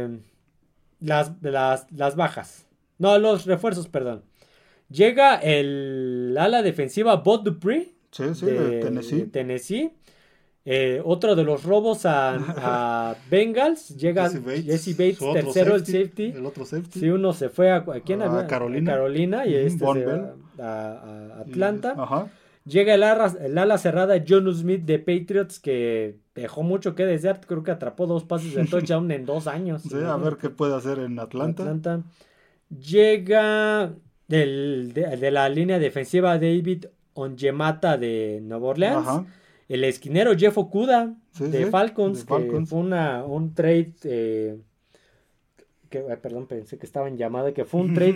S1: las bajas. No, los refuerzos, perdón. Llega el ala defensiva Bud Dupree de Tennessee. Otro de los robos a Bengals. Llega Jesse Bates, tercero,
S2: el otro safety.
S1: Sí, uno se fue a Carolina y a Atlanta.
S2: Ajá.
S1: Llega el ala cerrada Jonnu Smith de Patriots, que dejó mucho que desear. Creo que atrapó 2 pases de touchdown en 2 años.
S2: Sí, a ver qué puede hacer en Atlanta.
S1: Llega de la línea defensiva David Onyemata de Nueva Orleans. Ajá. El esquinero Jeff Okudah de Falcons, que fue un trade pensé que estaba en llamada, que fue un trade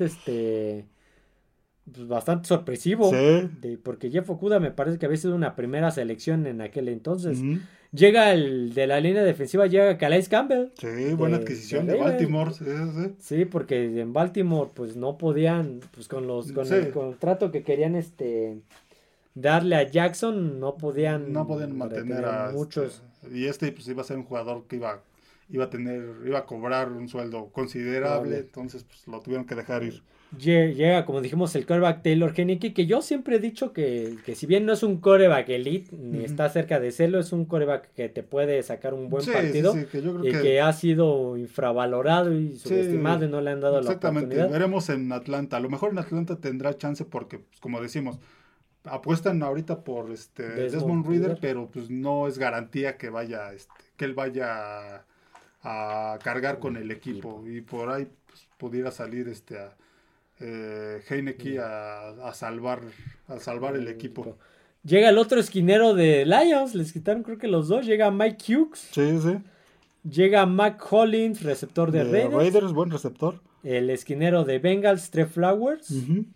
S1: bastante sorpresivo, porque Jeff Okudah me parece que había sido una primera selección en aquel entonces. Llega de la línea defensiva, llega Calais Campbell.
S2: Sí, buena adquisición de Baltimore.
S1: Sí, porque en Baltimore pues no podían, pues con el contrato que querían darle a Jackson, no podían
S2: mantener a
S1: muchos.
S2: Y pues iba a ser un jugador que iba iba a cobrar un sueldo considerable, entonces pues lo tuvieron que dejar ir.
S1: Llega, como dijimos, el quarterback Taylor Heinicke, que yo siempre he dicho que si bien no es un quarterback elite, ni está cerca de serlo, es un quarterback que te puede sacar un buen partido,
S2: que yo creo
S1: y que ha sido infravalorado y subestimado y no le han dado la oportunidad.
S2: Veremos en Atlanta. A lo mejor en Atlanta tendrá chance porque, pues, como decimos, apuestan ahorita por Desmond Ridder, pero pues no es garantía que él vaya a cargar con el equipo. Y por ahí pues, pudiera salir Heinicke a salvar el equipo.
S1: Llega el otro esquinero de Lions, les quitaron creo que los dos. Llega Mike Hughes.
S2: Sí.
S1: Llega Mac Hollins, receptor de Raiders.
S2: Raiders, buen receptor.
S1: El esquinero de Bengals, Trey Flowers.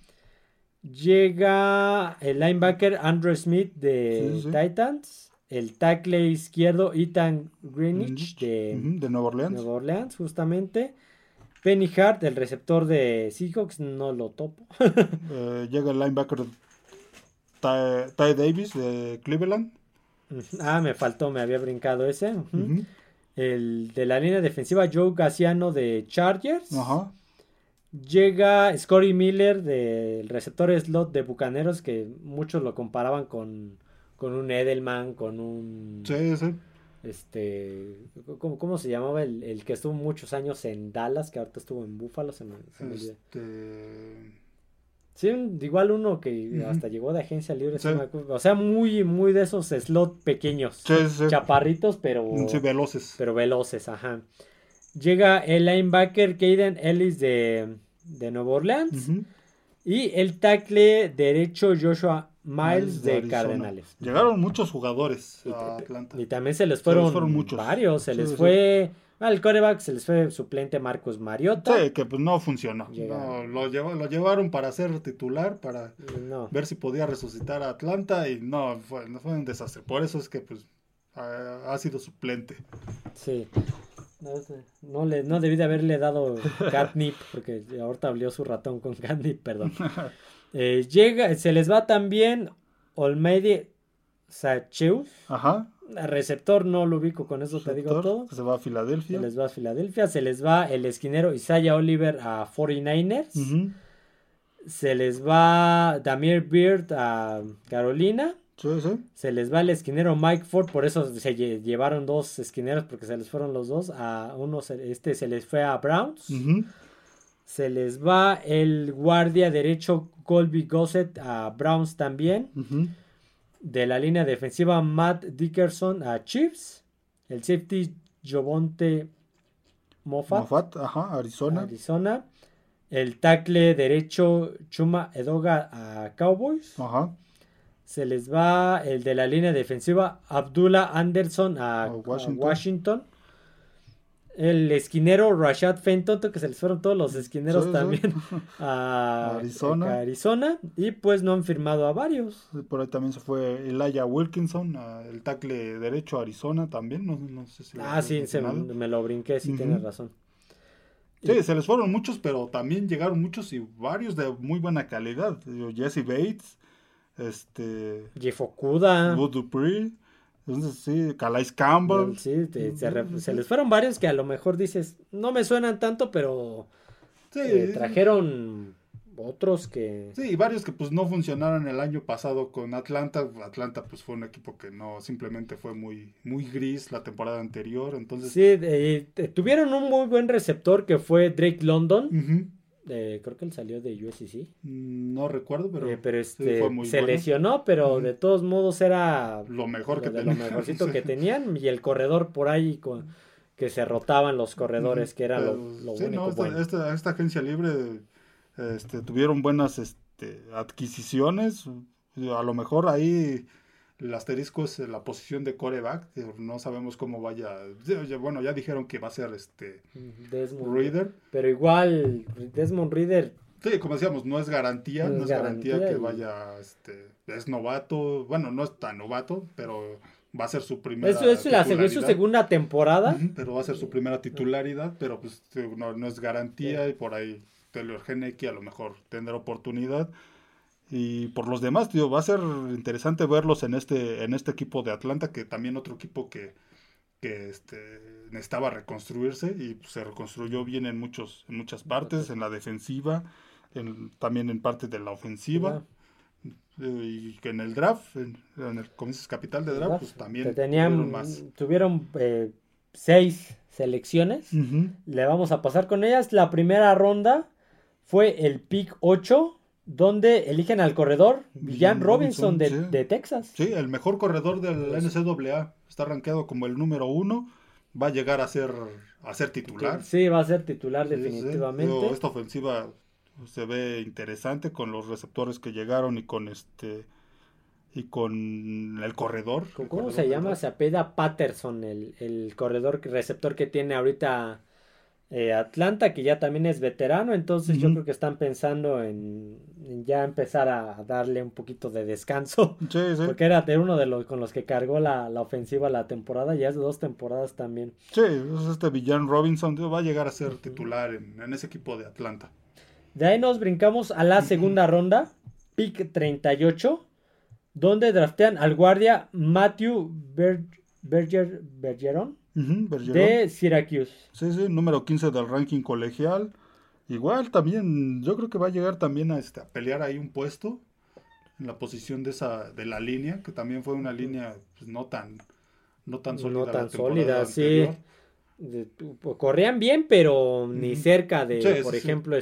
S1: Llega el linebacker Andrew Smith de Titans. El tackle izquierdo Ethan Greenwich
S2: de Nueva Orleans.
S1: Nueva Orleans, justamente. Penny Hart, el receptor de Seahawks, no lo topo.
S2: Llega el linebacker Ty Davis de Cleveland.
S1: Me había brincado ese. El de la línea defensiva Joe Gassiano de Chargers. Llega Scotty Miller del receptor slot de Bucaneros, que muchos lo comparaban con un Edelman, con un...
S2: Sí.
S1: ¿Cómo se llamaba el que estuvo muchos años en Dallas, que ahorita estuvo en Buffalo? Se me olvidó. Sí, igual uno que hasta llegó de agencia libre.
S2: Sí.
S1: O sea, muy, muy de esos slot pequeños.
S2: Sí.
S1: Chaparritos, pero...
S2: Sí, veloces.
S1: Pero veloces, ajá. Llega el linebacker Caden Ellis de Nueva Orleans. Y el tackle derecho Joshua Miles de Cardenales.
S2: Llegaron muchos jugadores a Atlanta.
S1: Y también se les fueron
S2: muchos.
S1: Varios. Se les fue al quarterback, se les fue suplente Marcus Mariota.
S2: Sí, que pues no funcionó. No, lo llevaron para ser titular, para ver si podía resucitar a Atlanta, y no, fue un desastre. Por eso es que pues ha sido suplente.
S1: Sí. No debí de haberle dado catnip, porque ahorita abrió su ratón con catnip, perdón. Se les va también Olmeide Sacheus. Receptor no lo ubico, con eso te digo todo.
S2: Se va a Filadelfia.
S1: Se les va el esquinero Isaiah Oliver a 49ers. Se les va Damir Beard a Carolina.
S2: Sí.
S1: Se les va el esquinero Mike Ford, por eso se llevaron dos esquineros, porque se les fueron los dos. Se les fue a Browns. Se les va el guardia derecho Colby Gossett a Browns también. De la línea defensiva Matt Dickerson a Chiefs. El safety Jovonte Moffat, Arizona. El tackle derecho Chuma Edoga a Cowboys. Se les va el de la línea defensiva Abdullah Anderson a Washington. El esquinero Rashad Fenton, que se les fueron todos los esquineros también a Arizona. Y pues no han firmado a varios.
S2: Por ahí también se fue Elijah Wilkinson, el tackle derecho a Arizona también. No sé si
S1: me lo brinqué, sí tienes razón.
S2: Sí, se les fueron muchos, pero también llegaron muchos y varios de muy buena calidad. Jesse Bates,
S1: Jeff Okuda,
S2: Bud Dupree, entonces sí, Calais Campbell.
S1: Sí, se les fueron varios que a lo mejor dices, no me suenan tanto, pero trajeron otros que...
S2: Sí, y varios que pues no funcionaron el año pasado con Atlanta. Atlanta pues fue un equipo que no, simplemente fue muy, muy gris la temporada anterior, entonces...
S1: Sí, tuvieron un muy buen receptor que fue Drake London. Creo que él salió de USC.
S2: No recuerdo, pero
S1: fue muy se bueno. Lesionó, pero de todos modos era
S2: lo mejor
S1: lo mejorcito que tenían, y el corredor por ahí que se rotaban los corredores, que era lo único bueno.
S2: Esta agencia libre tuvieron buenas adquisiciones. A lo mejor ahí el asterisco es la posición de quarterback. No sabemos cómo vaya. Bueno, ya dijeron que va a ser
S1: Desmond
S2: Ridder.
S1: Pero igual Desmond Ridder.
S2: Sí, como decíamos, no es garantía. No es garantía que vaya. Es novato. Bueno, no es tan novato, pero va a ser su primera
S1: titularidad. Es su segunda temporada.
S2: Pero va a ser su primera titularidad. Pero pues no es garantía. Y por ahí Taylor Heinicke a lo mejor tendrá oportunidad. Y por los demás, va a ser interesante verlos en este equipo de Atlanta, que también otro equipo que que necesitaba reconstruirse y pues, se reconstruyó bien en muchas partes, en la defensiva, también en parte de la ofensiva. Y que en el draft, como dices, capital de draft, pues también
S1: tuvieron 6 selecciones. Le vamos a pasar con ellas. La primera ronda fue el pick 8, donde eligen al corredor Villan Robinson de Texas.
S2: Sí, el mejor corredor del NCAA. Está rankeado como el número 1. Va a llegar a ser titular.
S1: Sí, va a ser titular definitivamente.
S2: Sí. Esta ofensiva se ve interesante con los receptores que llegaron y con el corredor.
S1: ¿Cómo se llama? Se apellida Patterson, el corredor receptor que tiene ahorita Atlanta, que ya también es veterano. Entonces yo creo que están pensando en ya empezar a darle un poquito de descanso.
S2: Sí.
S1: Porque era de uno de los con los que cargó la ofensiva la temporada. Ya es de 2 temporadas también.
S2: Sí, Villan Robinson va a llegar a ser titular en ese equipo de Atlanta.
S1: De ahí nos brincamos a la segunda ronda, pick 38, donde draftean al guardia Matthew Bergeron de Syracuse.
S2: Sí, número 15 del ranking colegial. Igual también, yo creo que va a llegar también a pelear ahí un puesto en la posición de la línea, que también fue una línea pues, no tan sólida.
S1: No tan sólida, sí. Corrían bien, pero ni cerca de, por ejemplo,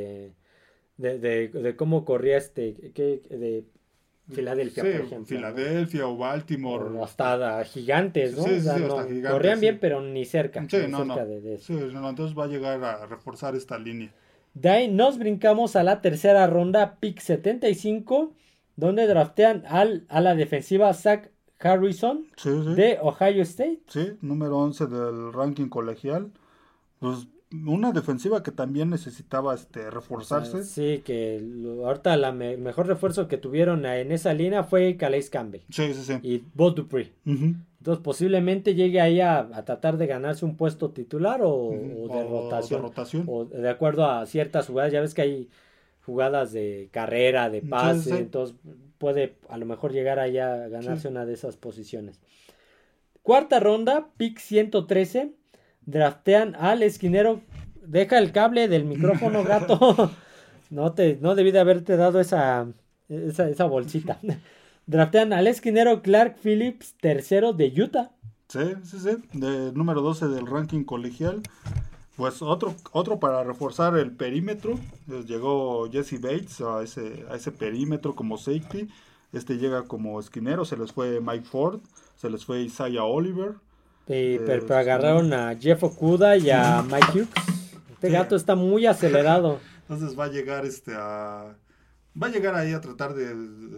S1: de cómo corría de Filadelfia, por ejemplo.
S2: Filadelfia, ¿no? O Baltimore.
S1: O hasta Gigantes, ¿no?
S2: Sí, hasta Gigantes.
S1: Corrían bien, pero ni cerca.
S2: Sí,
S1: ni cerca de eso.
S2: Sí, entonces va a llegar a reforzar esta línea.
S1: De ahí nos brincamos a la tercera ronda, pick 75, donde draftean a la defensiva Zach Harrison de Ohio State.
S2: Sí, número 11 del ranking colegial. Pues una defensiva que también necesitaba reforzarse.
S1: Sí, que ahorita el mejor refuerzo que tuvieron en esa línea fue Calais Campbell.
S2: Sí.
S1: Y Bud Dupree. Entonces posiblemente llegue ahí a tratar de ganarse un puesto titular o de rotación. O de acuerdo a ciertas jugadas. Ya ves que hay jugadas de carrera, de pase. Entonces puede a lo mejor llegar ahí a ganarse una de esas posiciones. Cuarta ronda, pick 113. Draftean al esquinero. Deja el cable del micrófono, gato. No debí de haberte dado esa bolsita. Draftean al esquinero Clark Phillips, tercero de Utah.
S2: Sí. De número 12 del ranking colegial. Pues otro para reforzar el perímetro. Llegó Jesse Bates a ese perímetro como safety. Llega como esquinero. Se les fue Mike Ford. Se les fue Isaiah Oliver.
S1: Pero agarraron a Jeff Okuda y a Mike Hughes. Gato está muy acelerado.
S2: Entonces va a llegar va a llegar ahí a tratar de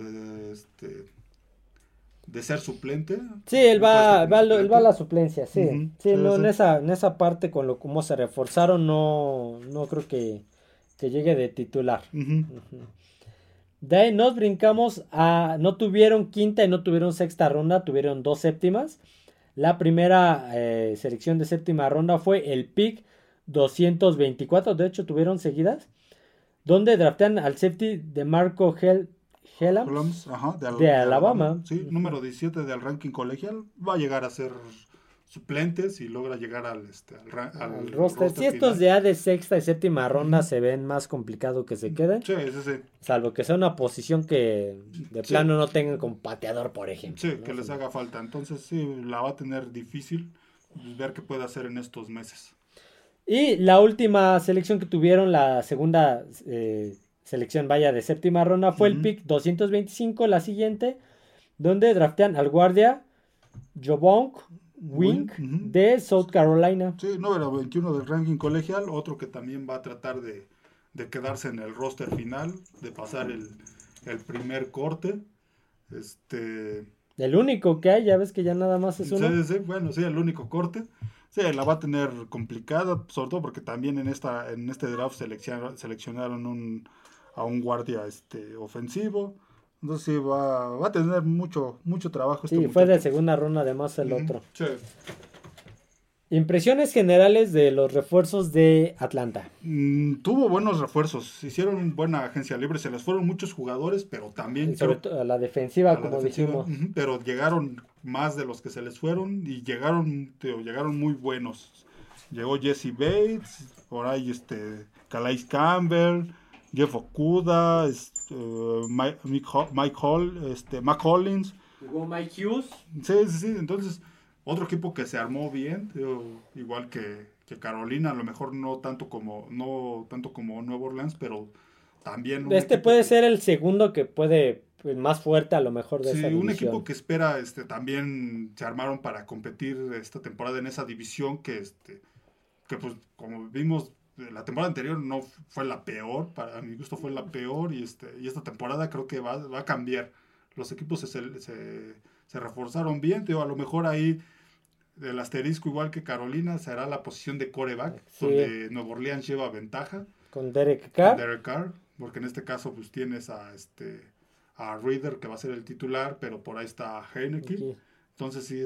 S2: ser suplente.
S1: Sí, él va a la suplencia, sí. En esa parte con cómo se reforzaron no creo que llegue de titular. De ahí nos brincamos no tuvieron quinta y no tuvieron sexta ronda, tuvieron 2 séptimas. La primera selección de séptima ronda fue el pick 224, de hecho tuvieron seguidas, donde draftean al safety de Marco Hellams de Alabama.
S2: Sí, número 17 del ranking colegial. Va a llegar a ser suplente si logra llegar al
S1: roster. Si estos ya de sexta y séptima ronda se ven más complicado que se queden.
S2: Sí.
S1: Salvo que sea una posición que de plano no tengan como pateador, por ejemplo.
S2: Sí, ¿no? Que les haga falta. Entonces sí, la va a tener difícil ver qué puede hacer en estos meses.
S1: Y la última selección que tuvieron, la segunda selección de séptima ronda, fue el pick 225, la siguiente, donde draftean al guardia Jobonk Wink de South Carolina.
S2: Sí, número 21 del ranking colegial, otro que también va a tratar de quedarse en el roster final, de pasar el primer corte.
S1: El único que hay, ya ves que ya nada más es uno.
S2: Sí, el único corte. Sí, la va a tener complicada, sobre todo porque también en este draft seleccionaron a un guardia ofensivo. Entonces sí, va a tener mucho trabajo.
S1: Sí, fue de segunda ronda además el otro.
S2: Sí.
S1: Impresiones generales de los refuerzos de Atlanta.
S2: Tuvo buenos refuerzos, hicieron buena agencia libre, se les fueron muchos jugadores, pero también...
S1: Sobre todo a la defensiva, como dijimos.
S2: Pero llegaron más de los que se les fueron y llegaron muy buenos. Llegó Jesse Bates, por ahí Calais Campbell, Jeff Okuda, Mike Hall, Mac Hollins.
S1: Jugó Mike Hughes.
S2: Sí, entonces otro equipo que se armó bien, igual que Carolina, a lo mejor no tanto como Nueva Orleans, pero también
S1: puede ser el segundo que puede, pues, más fuerte a lo mejor de esa división.
S2: Un equipo que espera, también se armaron para competir esta temporada en esa división que pues como vimos la temporada anterior no fue la peor, para mi gusto fue la peor y esta temporada creo que va a cambiar. Los equipos se reforzaron bien, a lo mejor ahí el asterisco igual que Carolina será la posición de quarterback, donde Nueva Orleans lleva ventaja.
S1: Con Derek Carr.
S2: Porque en este caso pues tienes a Reader que va a ser el titular, pero por ahí está Heineke. Okay. Entonces sí,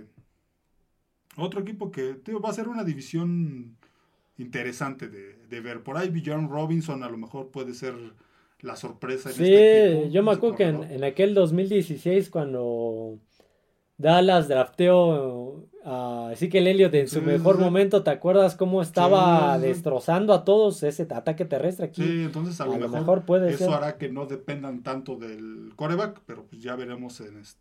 S2: otro equipo que va a ser una división interesante de ver. Por ahí Bijan Robinson a lo mejor puede ser la sorpresa en este equipo.
S1: Sí, yo me acuerdo que en aquel 2016 cuando Dallas drafteó a Ezekiel Elliott en su mejor momento, ¿te acuerdas cómo estaba destrozando a todos ese ataque terrestre aquí?
S2: Sí, entonces a lo mejor puede ser. Hará que no dependan tanto del quarterback, pero pues ya veremos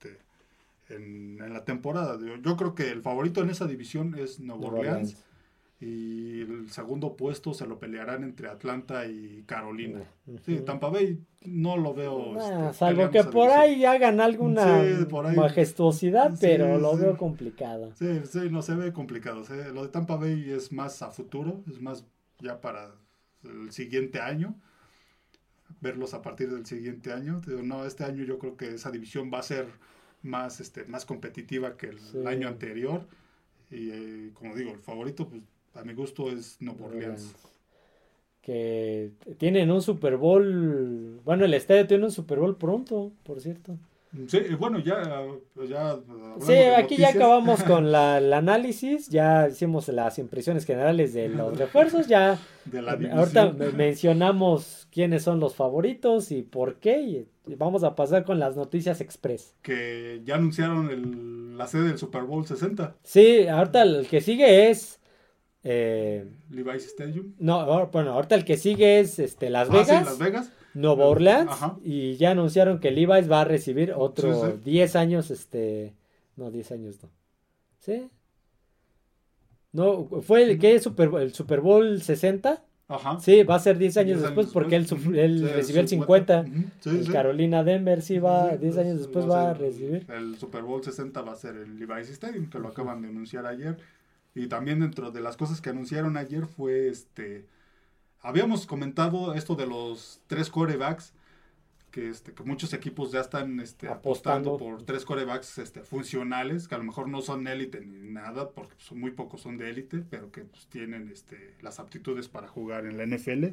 S2: en la temporada. Yo creo que el favorito en esa división es Nueva Orleans. Y el segundo puesto se lo pelearán entre Atlanta y Carolina. Sí, Tampa Bay no lo veo.
S1: Salvo que por ahí hagan alguna majestuosidad, pero lo veo complicado.
S2: Sí, no se ve complicado. Lo de Tampa Bay es más a futuro, es más ya para el siguiente año. Verlos a partir del siguiente año. No, este año yo creo que esa división va a ser más competitiva que el año anterior. Y como digo, el favorito, pues, a mi gusto es Nueva Orleans.
S1: Que tienen un Super Bowl. Bueno, el estadio tiene un Super Bowl pronto, por cierto.
S2: Sí, bueno, ya
S1: sí, aquí ya acabamos con el análisis. Ya hicimos las impresiones generales de los refuerzos. Ya
S2: de la
S1: ahorita mencionamos quiénes son los favoritos y por qué. Y vamos a pasar con las noticias express.
S2: Que ya anunciaron la sede del Super Bowl 60.
S1: Sí, ahorita el que sigue es
S2: Levi's Stadium.
S1: No, bueno, ahorita el que sigue es Las Vegas.
S2: Sí, Las Vegas.
S1: Nueva Orleans. Y ya anunciaron que Levi's va a recibir otro 10 años, no, 10 años no. ¿Sí? No, fue el Super Bowl 60.
S2: Ajá.
S1: Sí, va a ser 10 años después porque él recibió el 50. Carolina Denver sí va, 10 años después va a recibir.
S2: El Super Bowl 60 va a ser el Levi's Stadium, que lo acaban de anunciar ayer. Y también dentro de las cosas que anunciaron ayer fue habíamos comentado esto de los 3 quarterbacks, que muchos equipos ya están apostando por 3 quarterbacks funcionales, que a lo mejor no son élite ni nada, porque muy pocos son de élite, pero que pues, tienen las aptitudes para jugar en la NFL.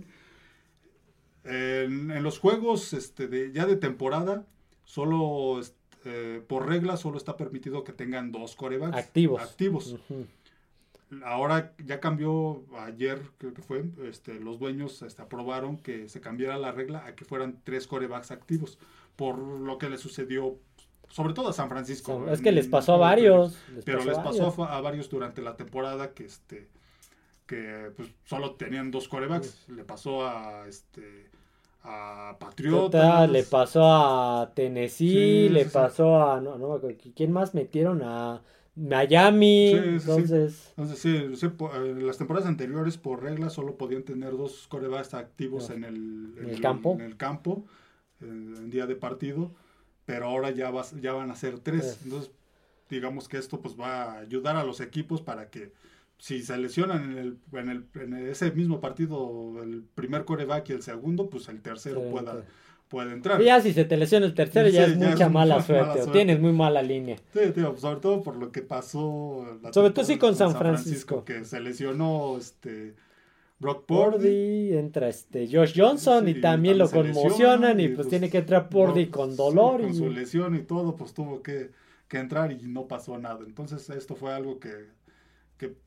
S2: En los juegos ya de temporada, solo por regla solo está permitido que tengan 2 quarterbacks activos. Uh-huh. Ahora ya cambió, ayer creo que fue, los dueños aprobaron que se cambiara la regla a que fueran 3 quarterbacks activos, por lo que le sucedió, sobre todo a San Francisco.
S1: Es que les pasó a varios.
S2: Les pasó a varios durante la temporada que pues solo tenían 2 quarterbacks. Le pasó a Patriotas.
S1: Le pasó a Tennessee, pasó a no, ¿quién más metieron? A Miami. Entonces,
S2: las temporadas anteriores por regla solo podían tener 2 quarterbacks activos en el campo en día de partido, pero ahora ya van a ser 3. Entonces digamos que esto pues va a ayudar a los equipos para que si se lesionan en ese mismo partido el primer quarterback y el segundo, pues el tercero puede entrar.
S1: Y ya si se te lesiona el tercero ya es mucha mala suerte, o tienes muy mala línea.
S2: Sí, sobre todo por lo que pasó
S1: sobre todo sí con San Francisco,
S2: que se lesionó Brock
S1: Purdy, entra Josh Johnson y también lo conmocionan y pues tiene que entrar Purdy con dolor
S2: con su lesión y todo, pues tuvo que entrar y no pasó nada. Entonces esto fue algo que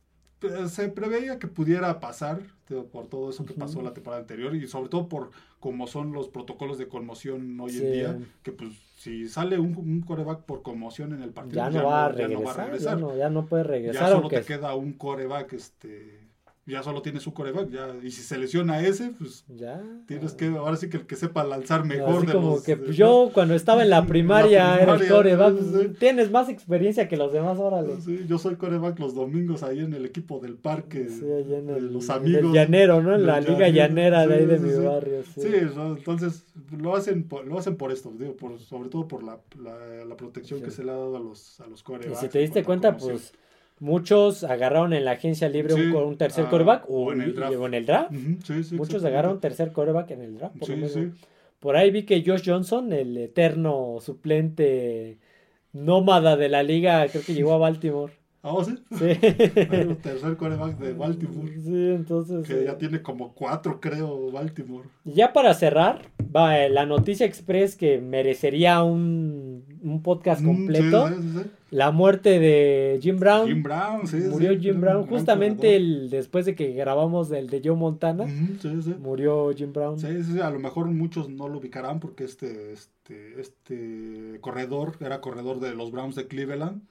S2: se preveía que pudiera pasar por todo eso que pasó la temporada anterior y sobre todo por cómo son los protocolos de conmoción hoy en día, que pues si sale un quarterback por conmoción en el partido,
S1: ya no va a regresar. Ya no puede regresar.
S2: Ya solo te queda un quarterback, ya solo tienes un quarterback, y si se lesiona ese, pues
S1: ya
S2: tienes que, ahora sí que el que sepa lanzar mejor.
S1: Así como que yo cuando estaba en la primaria era el quarterback, pues, tienes más experiencia que los demás, órale.
S2: Sí, yo soy quarterback los domingos ahí en el equipo del parque,
S1: sí, allá en
S2: los amigos.
S1: En el llanero, ¿no? En la liga llanera de ahí de mi barrio.
S2: Sí, entonces lo hacen por esto, digo, sobre todo por la protección que se le ha dado a los quarterbacks.
S1: Y si te diste cuenta, pues muchos agarraron en la agencia libre un tercer quarterback o en el draft. Muchos agarraron tercer quarterback en el draft. Por ahí vi que Josh Johnson, el eterno suplente nómada de la liga, creo que llegó a Baltimore.
S2: ¿Sí?
S1: Sí.
S2: El tercer quarterback de Baltimore.
S1: Sí, entonces.
S2: Que ya tiene como 4, creo, Baltimore.
S1: Y ya para cerrar, la noticia express que merecería un podcast completo.
S2: Sí.
S1: La muerte de Jim Brown.
S2: Murió
S1: Jim Brown justamente después de que grabamos el de Joe Montana. Murió Jim Brown.
S2: Sí, a lo mejor muchos no lo ubicarán porque este corredor era corredor de los Browns de Cleveland.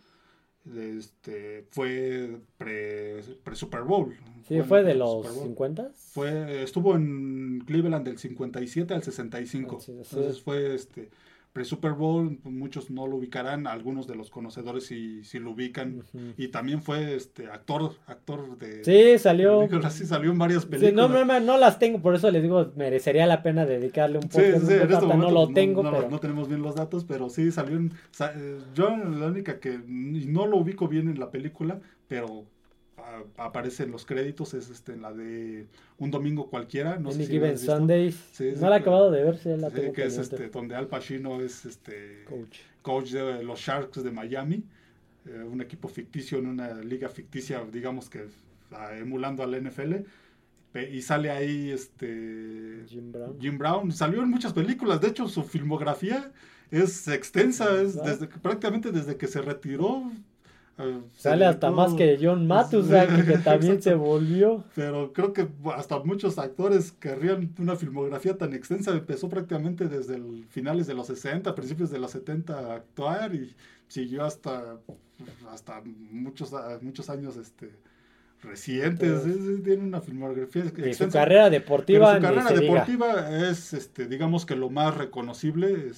S2: Fue pre-Super Bowl.
S1: Sí, fue de los 50.
S2: Estuvo en Cleveland del 57 al 65. Entonces fue pre-Super Bowl, muchos no lo ubicarán, algunos de los conocedores sí lo ubican. Y también fue actor de...
S1: Sí, salió.
S2: Sí, salió en varias películas.
S1: Sí, no las tengo, por eso les digo, merecería la pena dedicarle un podcast.
S2: Sí, en este momento
S1: no lo tengo, pero...
S2: No tenemos bien los datos, pero sí salió yo la única que no lo ubico bien en la película, pero aparece en los créditos, es la de Un Domingo Cualquiera, no sé si
S1: Given Sundays. No la he acabado de ver,
S2: que es donde Al Pacino es coach de los Sharks de Miami, un equipo ficticio en una liga ficticia, digamos que emulando al NFL, y sale ahí Jim Brown. Salió en muchas películas, de hecho su filmografía es extensa, prácticamente desde que se retiró.
S1: Sale hasta más que John Matuszak, que también se volvió.
S2: Pero creo que hasta muchos actores querrían una filmografía tan extensa. Empezó prácticamente desde finales de los 60, principios de los 70 a actuar y siguió hasta muchos años recientes. Tiene una filmografía extensa.
S1: Y su carrera deportiva.
S2: Pero su carrera deportiva es, digamos que lo más reconocible.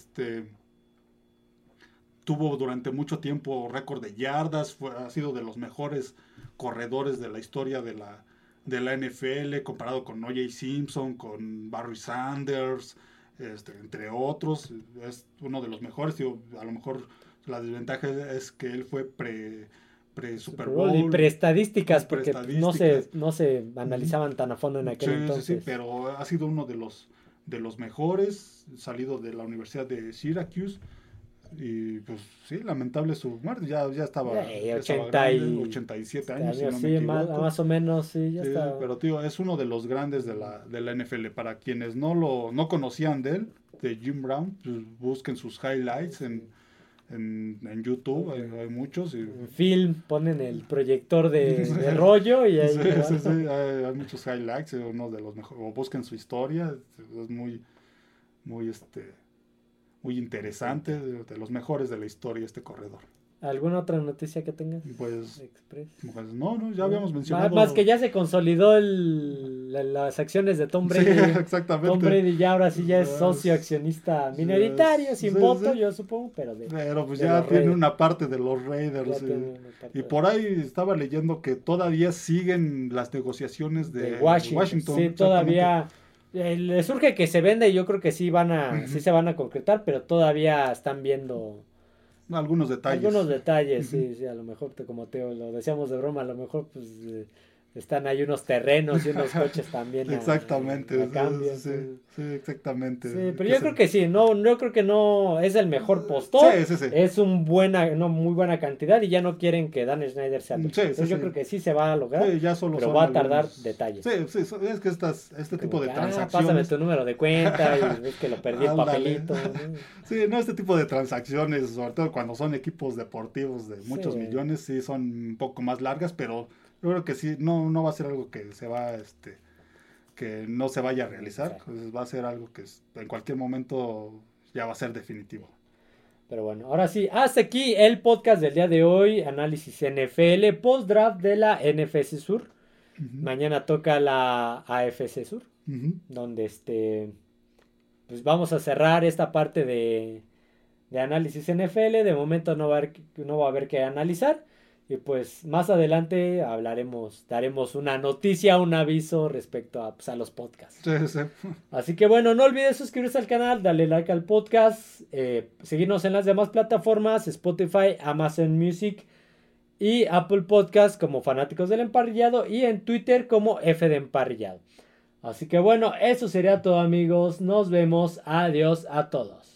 S2: Tuvo durante mucho tiempo récord de yardas, ha sido de los mejores corredores de la historia de la NFL, comparado con O.J. Simpson, con Barry Sanders, entre otros. Es uno de los mejores. A lo mejor la desventaja es que él fue pre-Super Bowl.
S1: Y pre-estadísticas, porque no se analizaban tan a fondo en aquel entonces.
S2: Sí, pero ha sido uno de los mejores, salido de la Universidad de Syracuse. Y pues sí, lamentable su muerte, ya estaba, 87 años, si no me equivoco.
S1: Más o menos, ya estaba.
S2: Pero tío, es uno de los grandes de la NFL. Para quienes no conocían de Jim Brown, pues busquen sus highlights en YouTube, hay muchos. En
S1: film, ponen el proyector de rollo y ahí.
S2: Hay muchos highlights, uno de los mejores, o busquen su historia, es muy interesante, de los mejores de la historia este corredor.
S1: ¿Alguna otra noticia que tengas?
S2: Pues no, ya habíamos mencionado.
S1: Más que ya se consolidó las acciones de Tom Brady.
S2: Sí, exactamente.
S1: Tom Brady ya ahora sí ya es socio accionista minoritario, sin voto, yo supongo, pero
S2: pues ya tiene una parte de los Raiders. Y por ahí estaba leyendo que todavía siguen las negociaciones de Washington.
S1: Sí, todavía... Le surge que se vende y yo creo que sí sí se van a concretar, pero todavía están viendo
S2: algunos detalles.
S1: Sí, a lo mejor como lo decíamos de broma, a lo mejor pues están ahí unos terrenos y unos coches también
S2: exactamente,
S1: a cambio.
S2: Sí, exactamente.
S1: Sí, pero yo creo que sí, yo creo que no es el mejor postor.
S2: Sí.
S1: Es muy buena cantidad y ya no quieren que Dan Snyder sea. Entonces yo creo que sí se va a lograr, pero va a tardar detalles.
S2: Sí, es que este tipo de transacciones.
S1: Pásame tu número de cuenta y ves que lo perdí el papelito.
S2: Sí, este tipo de transacciones, sobre todo cuando son equipos deportivos de muchos millones, sí son un poco más largas, pero Yo creo que sí, no va a ser algo que se va, que no se vaya a realizar.
S1: Sí.
S2: Pues va a ser algo que en cualquier momento ya va a ser definitivo.
S1: Pero bueno, ahora sí, hasta aquí el podcast del día de hoy, análisis NFL, post-draft de la NFC Sur.
S2: Ujú,
S1: Mañana toca la AFC Sur,
S2: ujú.
S1: donde pues vamos a cerrar esta parte de análisis NFL. De momento no va a haber que analizar. Y pues más adelante daremos una noticia, un aviso respecto a, pues, a los podcasts.
S2: Sí, sí.
S1: Así que bueno, no olvides suscribirse al canal, darle like al podcast, seguirnos en las demás plataformas, Spotify, Amazon Music y Apple Podcast como Fanáticos del Emparrillado y en Twitter como F de Emparrillado. Así que bueno, eso sería todo amigos, nos vemos, adiós a todos.